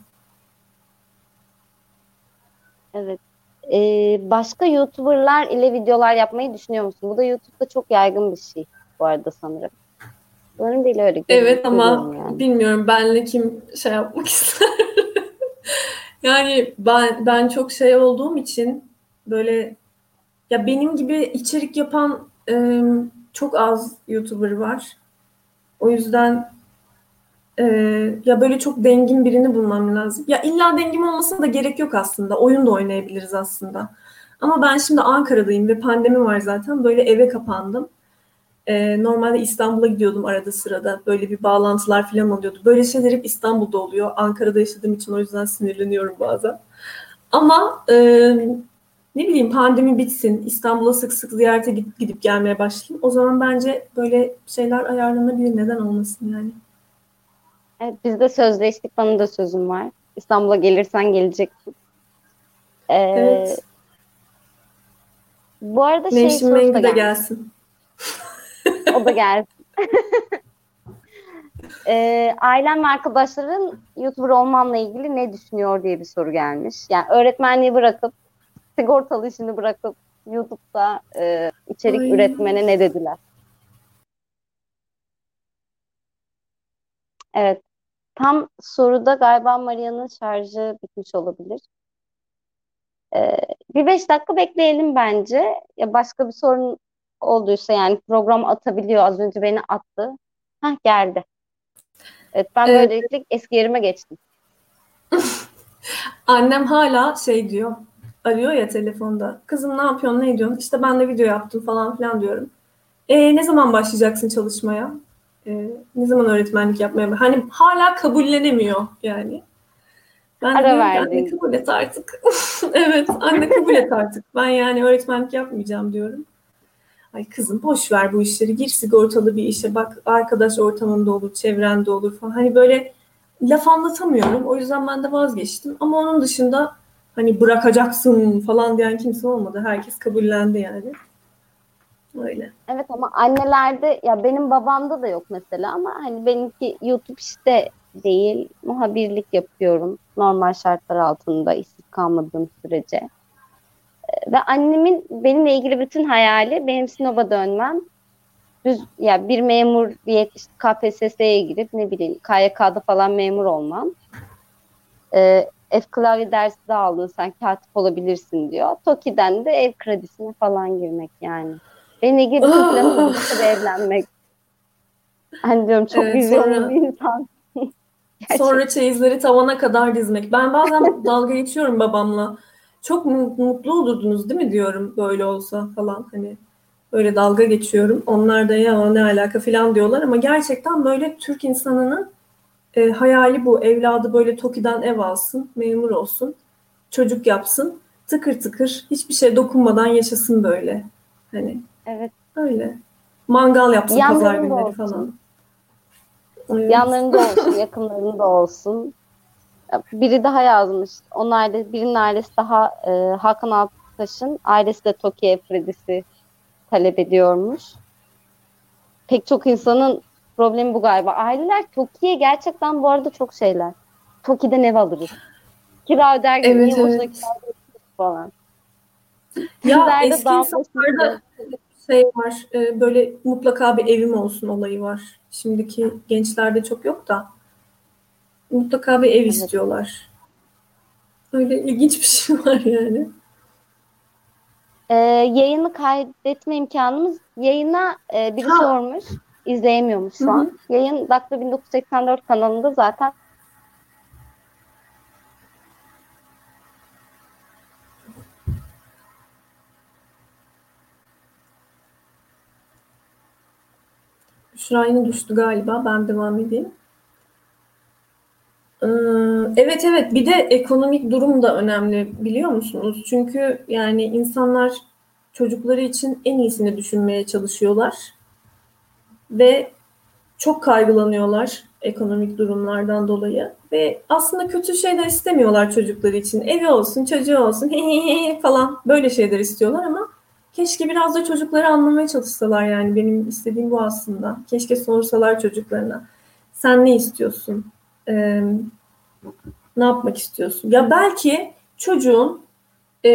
evet. Başka YouTuber'lar ile videolar yapmayı düşünüyor musun? Bu da YouTube'da çok yaygın bir şey bu arada sanırım. Sanırım değil öyle Evet görüyorum ama yani. bilmiyorum benle kim şey yapmak ister. Yani ben çok şey olduğum için böyle ya benim gibi içerik yapan çok az YouTuber var. O yüzden ya böyle çok dengin birini bulmam lazım. Ya illa dengim olmasına da gerek yok aslında. Oyun da oynayabiliriz aslında. Ama ben şimdi Ankara'dayım ve pandemi var zaten. Böyle eve kapandım. Normalde İstanbul'a gidiyordum arada sırada. Böyle bir bağlantılar falan oluyordu. Böyle şeyler hep İstanbul'da oluyor. Ankara'da yaşadığım için o yüzden sinirleniyorum bazen. Ama ne bileyim pandemi bitsin. İstanbul'a sık sık ziyarete gidip gelmeye başlayayım. O zaman bence böyle şeyler ayarlanabilir. Neden olmasın yani? Evet, biz de sözleştik. Bana da sözüm var. İstanbul'a gelirsen geleceksin. Ee, Evet. bu arada Nevşin sorusu da Mengü de gelmiş. gelsin. O da geldi. Ailen ve arkadaşların YouTuber olmanla ilgili ne düşünüyor diye bir soru gelmiş. Yani öğretmenliği bırakıp, sigortalı işini bırakıp YouTube'da içerik Ay. üretmene ne dediler? Evet. Tam soruda galiba Maria'nın şarjı bitmiş olabilir. Ee, Bir 5 dakika bekleyelim bence. Ya başka bir sorun olduysa yani program atabiliyor. Az önce beni attı. Hah, geldi. Evet, ben Ee, böylelikle eski yerime geçtim. Annem hala şey diyor. Arıyor ya telefonda. Kızım ne yapıyorsun, ne ediyorsun? İşte ben de video yaptım falan filan diyorum. Ne zaman başlayacaksın çalışmaya? Ne zaman öğretmenlik yapmaya? Hani hala kabullenemiyor yani. Ben de Ara diyorum ki anne verdin. kabul et artık. Evet anne kabul et artık. Ben yani öğretmenlik yapmayacağım diyorum. Ay kızım boş ver bu işleri. Gir sigortalı bir işe. Bak arkadaş ortamında olur, çevrende olur falan. Hani böyle laf anlatamıyorum. O yüzden ben de vazgeçtim. Ama onun dışında hani bırakacaksın falan diyen kimse olmadı. Herkes kabullendi yani. Öyle. Evet ama annelerde ya benim babamda da yok mesela ama hani benimki YouTube işte değil, muhabirlik yapıyorum normal şartlar altında işsiz kalmadığım sürece. Ve annemin benimle ilgili bütün hayali benim Sinop'a dönmem. Düz ya bir memuriyet işte KPSS'ye girip ne bileyim KYK'da falan memur olmam. Ev klavye dersi de aldın sen katip olabilirsin diyor. TOKİ'den de ev kredisine falan girmek yani. Benimle ilgili bütün planı bu. Bir de tabii evlenmek. Hani diyorum çok Evet vizyonlu bir sonra insan. Sonra Gerçekten. çeyizleri tavana kadar dizmek. Ben bazen dalga geçiyorum babamla. Çok mutlu olurdunuz değil mi diyorum böyle olsa falan hani böyle dalga geçiyorum. Onlar da ya ne alaka falan diyorlar ama gerçekten böyle Türk insanının hayali bu. Evladı böyle TOKİ'den ev alsın, memur olsun, çocuk yapsın, tıkır tıkır hiçbir şey dokunmadan yaşasın böyle. Hani Evet. öyle. Mangal yapsın pazar Yanlarında günleri olsun. falan. Evet. Yanlarında olsun, yakınlarında olsun. Biri daha yazmış. Birinin ailesi daha Hakan Alttaş'ın ailesi de TOKİ ev kredisi talep ediyormuş. Pek çok insanın problemi bu galiba. Aileler TOKİ'ye gerçekten bu arada çok şeyler. TOKİ'den ev alırız. Kira öder gibi. Evet Niye boşuna kira evet. ödüyoruz falan. Ya Sizler de eski dağ başında. insanlarda şey var, böyle mutlaka bir evim olsun olayı var. Şimdiki gençlerde çok yok da mutlaka bir ev Evet. istiyorlar. Öyle ilginç bir şey var yani. Yayını kaydetme imkanımız yayına biri Ha, sormuş. İzleyemiyormuş hı şu an. hı. Yayın Dakika 1984 kanalında zaten. Büşra yine düştü galiba. Ben devam edeyim. Ee, Evet evet bir de ekonomik durum da önemli biliyor musunuz? Çünkü yani insanlar çocukları için en iyisini düşünmeye çalışıyorlar ve çok kaygılanıyorlar ekonomik durumlardan dolayı ve aslında kötü şeyler istemiyorlar çocukları için. Evi olsun, çocuğu olsun falan böyle şeyler istiyorlar ama keşke biraz da çocukları anlamaya çalışsalar yani benim istediğim bu aslında. Keşke sorsalar çocuklarına. Sen ne istiyorsun? Ee, Ne yapmak istiyorsun? Ya belki çocuğun e,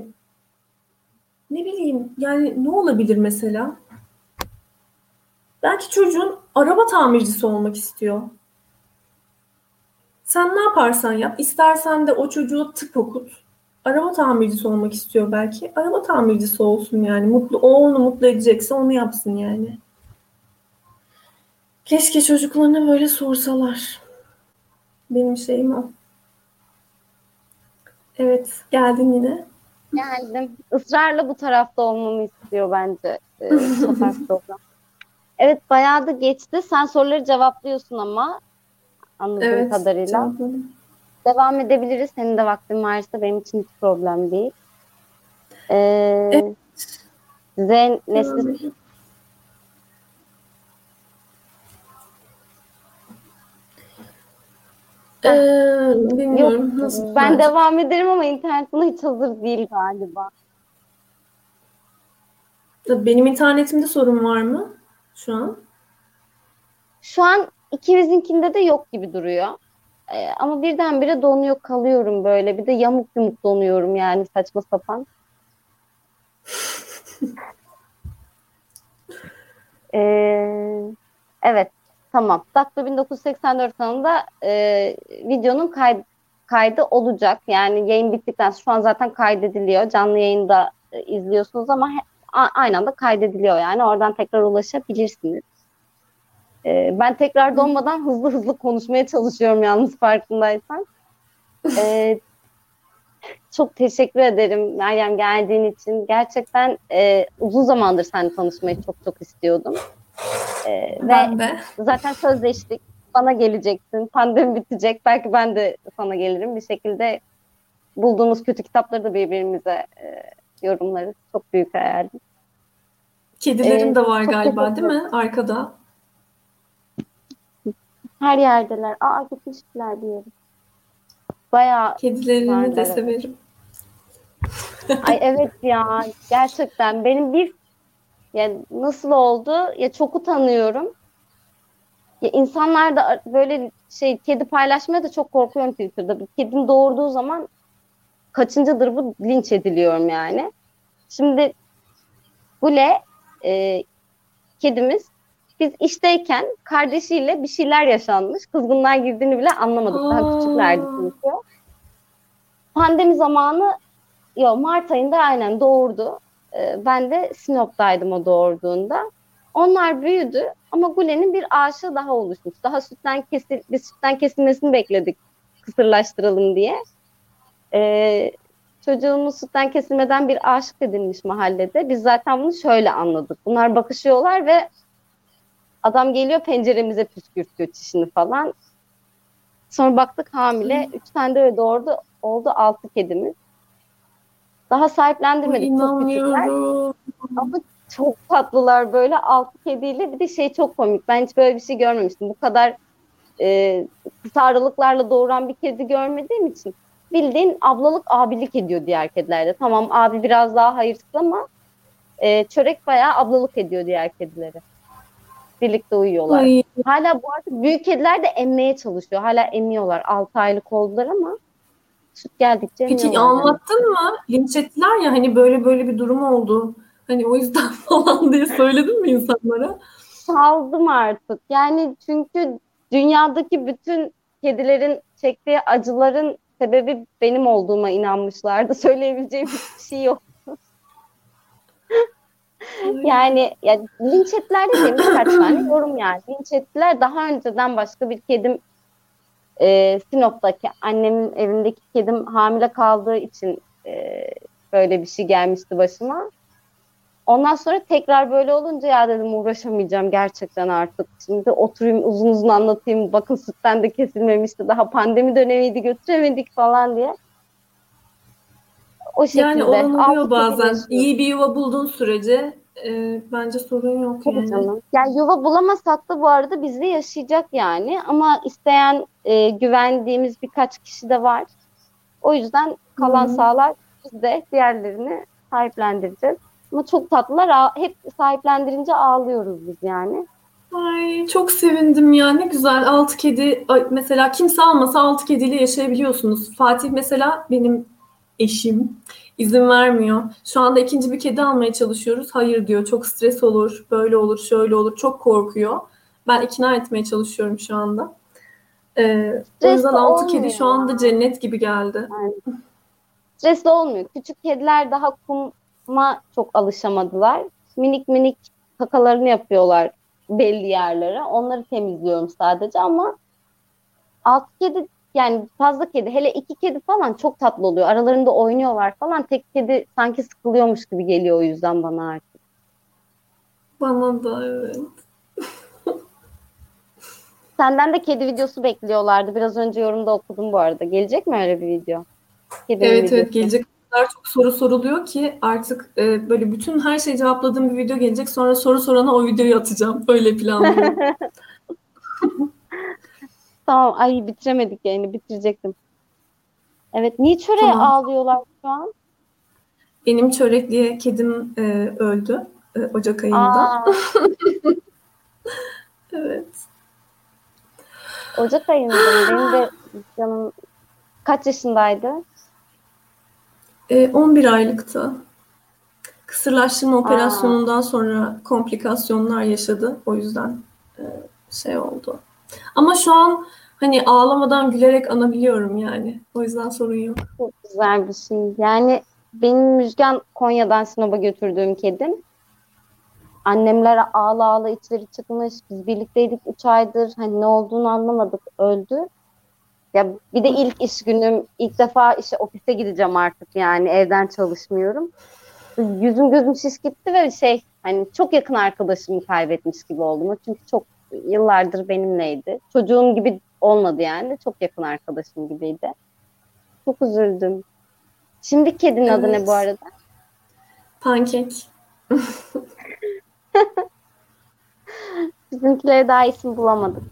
ne bileyim yani ne olabilir mesela? Belki çocuğun araba tamircisi olmak istiyor. Sen ne yaparsan yap, istersen de o çocuğu tıp okut. Araba tamircisi olmak istiyor belki. Araba tamircisi olsun yani. O onu mutlu edecekse onu yapsın yani. Keşke çocuklarına böyle sorsalar. Benim şeyim o. Evet, geldin yine. Geldim. Israrla bu tarafta olmamı istiyor bence bu sefer program. Evet, bayağı da geçti. Sen soruları cevaplıyorsun ama anladığım Evet, kadarıyla. cevapladım. Devam edebiliriz. Senin de vaktin varsa benim için hiç problem değil. Evet, Ee, Z nesli devam edelim. Heh, yok, Bilmiyorum nasıl ben düzelecek. devam ederim ama internet buna hiç hazır değil galiba. Benim internetimde sorun var mı şu an? Şu an İkimizinkinde de yok gibi duruyor. Ama birdenbire donuyor kalıyorum böyle. Bir de yamuk yumuk donuyorum yani, saçma sapan. Ee, evet, tamam. Dakika 1984 sonunda videonun kaydı olacak. Yani yayın bittikten sonra, şu an zaten kaydediliyor. Canlı yayında izliyorsunuz ama aynı anda kaydediliyor yani. Oradan tekrar ulaşabilirsiniz. Ben tekrar donmadan hızlı hızlı konuşmaya çalışıyorum yalnız, farkındaysan. Ee, Çok teşekkür ederim Meryem, geldiğin için. Gerçekten uzun zamandır seninle tanışmayı çok çok istiyordum. Ve Ben de. zaten sözleştik. Bana geleceksin. Pandemi bitecek. Belki ben de sana gelirim. Bir şekilde bulduğumuz kötü kitapları da birbirimize yorumlarız. Çok büyük hayalim. Kedilerin de var Çok galiba, teşekkür değil mi? ederim. Arkada. Her yerdeler. Aa, gitmişler diyelim. Bayağı Kedilerini de varlar, evet. severim. Ay evet ya, gerçekten benim bir, yani nasıl oldu ya, çok utanıyorum. Ya insanlar da böyle şey, kedi paylaşmaya da çok korkuyorum Twitter'da. Bir kedim doğurduğu zaman kaçıncıdır bu, linç ediliyorum yani. Şimdi Gule, e, kedimiz, biz işteyken kardeşiyle bir şeyler yaşanmış. Kızgınlığa girdiğini bile anlamadık. Daha küçüklerdi Aa, çünkü. Pandemi zamanı, yo, Mart ayında aynen doğurdu. Ben de Sinop'taydım o doğurduğunda. Onlar büyüdü ama Gulen'in bir aşığı daha oluşmuş. Daha biz sütten kesilmesini bekledik, kısırlaştıralım diye. Ee, Çocuğumuz sütten kesilmeden bir aşık edinmiş mahallede. Biz zaten bunu şöyle anladık. Bunlar bakışıyorlar ve adam geliyor penceremize püskürtüyor çişini falan. Sonra baktık hamile. 3 tane de öyle doğurdu. Oldu 6 kedimiz. Daha ay sahiplendirmedik. Çok küçükler. inanmıyorum. Ama çok tatlılar böyle, 6 kediyle. Bir de şey, çok komik. Ben hiç böyle bir şey görmemiştim. Bu kadar kısa aralıklarla doğuran bir kedi görmediğim için, bildiğin ablalık, abilik ediyor diğer kedilerde. Tamam, abi biraz daha hayırsız ama çörek bayağı ablalık ediyor diğer kedileri. Birlikte uyuyorlar. Ay, Hala bu arada büyük kediler de emmeye çalışıyor. Hala emmiyorlar. 6 aylık oldular ama süt geldikçe peki emmiyorlar demek. anlattın mı? Linç ettiler ya, hani böyle böyle bir durum oldu. Hani o yüzden falan diye söyledin mi insanlara? Saldım artık. Yani çünkü dünyadaki bütün kedilerin çektiği acıların sebebi benim olduğuma inanmışlardı. Söyleyebileceğim hiçbir şey yok. Ay, Yani ya, linç ettiler dediğim birkaç tane yorum yani. Linç ettiler. Daha önceden başka bir kedim, Sinop'taki annemin evindeki kedim hamile kaldığı için böyle bir şey gelmişti başıma. Ondan sonra tekrar böyle olunca, ya dedim, uğraşamayacağım gerçekten artık. Şimdi oturayım uzun uzun anlatayım. Bakın sütten de kesilmemişti. Daha pandemi dönemiydi, götüremedik falan diye. O yani şekilde olan oluyor 6 kediyle bazen. yaşıyoruz. İyi bir yuva bulduğun sürece bence sorun yok Tabii yani. canım. Yani yuva bulamasak da bu arada bizde yaşayacak yani. Ama isteyen, güvendiğimiz birkaç kişi de var. O yüzden kalan Hı. sağlar, biz de diğerlerini sahiplendireceğiz. Ama çok tatlılar. Hep sahiplendirince ağlıyoruz biz yani. Ay çok sevindim ya, ne güzel. 6 kedi, mesela kimse almasa 6 kediyle yaşayabiliyorsunuz. Fatih mesela, benim eşim, izin vermiyor. Şu anda ikinci bir kedi almaya çalışıyoruz. Hayır diyor, çok stres olur, böyle olur, şöyle olur, çok korkuyor. Ben ikna etmeye çalışıyorum şu anda. O yüzden Stresli 6 kedi olmuyor şu anda ya. cennet gibi geldi. Yani stresli olmuyor. Küçük kediler daha kuma çok alışamadılar. Minik minik kakalarını yapıyorlar belli yerlere. Onları temizliyorum sadece ama 6 kedi, yani fazla kedi, hele 2 kedi falan çok tatlı oluyor. Aralarında oynuyorlar falan. Tek kedi sanki sıkılıyormuş gibi geliyor o yüzden bana artık. Bana da evet. Senden de kedi videosu bekliyorlardı. Biraz önce yorumda okudum bu arada. Gelecek mi öyle bir video? Kedinin Evet evet, videosu. gelecek. O kadar çok soru soruluyor ki artık böyle bütün her şeyi cevapladığım bir video gelecek. Sonra soru sorana o videoyu atacağım. Öyle planlıyorum. Tamam. Ay, bitiremedik yayını. Bitirecektim. Evet. Niçöre Tamam. ağlıyorlar şu an? Benim çörek diye kedim öldü Ocak ayında. Aa, Evet. Ocak ayında mı? Benim de canım kaç yaşındaydı? 11 aylıktı. Kısırlaştırma Aa, operasyonundan sonra komplikasyonlar yaşadı. O yüzden e, şey oldu. Ama şu an hani ağlamadan gülerek anabiliyorum yani. O yüzden sorun yok. çok güzel bir şey. Yani benim Müjgan Konya'dan Sinop'a götürdüğüm kedim. Annemler ağla ağla içleri çıkmış. Biz birlikteydik 3 aydır. Hani ne olduğunu anlamadık. Öldü. Ya bir de ilk iş günüm. İlk defa işe ofise gideceğim artık yani. Evden çalışmıyorum. Yüzüm gözüm şiş gitti ve hani çok yakın arkadaşımı kaybetmiş gibi oldum. Çünkü çok yıllardır benimleydi. Çocuğum gibi olmadı yani. Çok yakın arkadaşım gibiydi. Çok üzüldüm. Şimdi kedinin adı ne bu Evet. arada? Pankek. Bizimkilere daha isim bulamadık.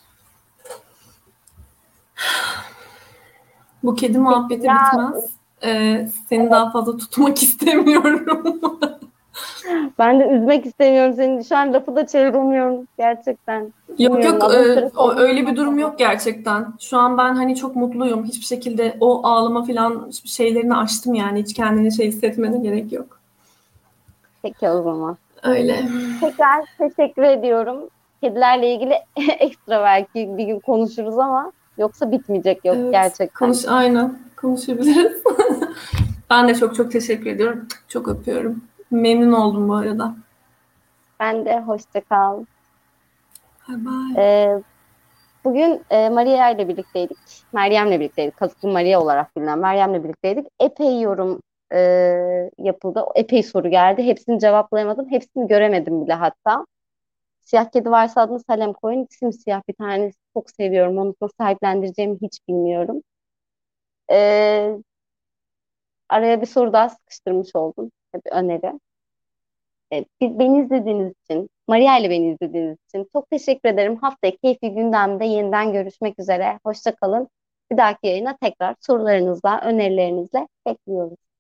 Bu kedi Peki muhabbeti ya, bitmez. Seni evet, daha fazla tutmak istemiyorum. ben de üzmek istemiyorum seni. Şu an lafı da çeviremiyorum gerçekten. Yok Bilmiyorum, yok, adını bir kere öyle bir söylemekten durum yok korkuyorum. gerçekten. Şu an ben hani çok mutluyum. Hiçbir şekilde o ağlama falan şeylerini aştım yani. Hiç kendini şey hissetmene gerek yok. Peki o zaman. Öyle. Tekrar teşekkür ediyorum. Kedilerle ilgili ekstra belki bir gün konuşuruz ama yoksa bitmeyecek yok Evet. gerçekten. Aynen. Konuşabiliriz. Ben de çok çok teşekkür ediyorum. Çok öpüyorum. Memnun oldum bu arada. Ben de hoşça kal. Bye bye. Ee, Bugün Maria ile birlikteydik. Meryem'le birlikteydik. Kasım Maria olarak bilinen Meryem'le birlikteydik. Epey yorum e, yapıldı. Epey soru geldi. Hepsini cevaplayamadım. Hepsini göremedim bile hatta. Siyah kedi varsa adını Salem koyun. Simsiyah bir tanesi. Çok seviyorum. Onu nasıl sahiplendireceğimi hiç bilmiyorum. E, Araya bir soru daha sıkıştırmış oldum. Bir öneri. Beni izlediğiniz için, Maria ile beni izlediğiniz için çok teşekkür ederim. Haftaya keyifli gündemde yeniden görüşmek üzere. Hoşça kalın. Bir dahaki yayına tekrar sorularınızla, önerilerinizle bekliyoruz.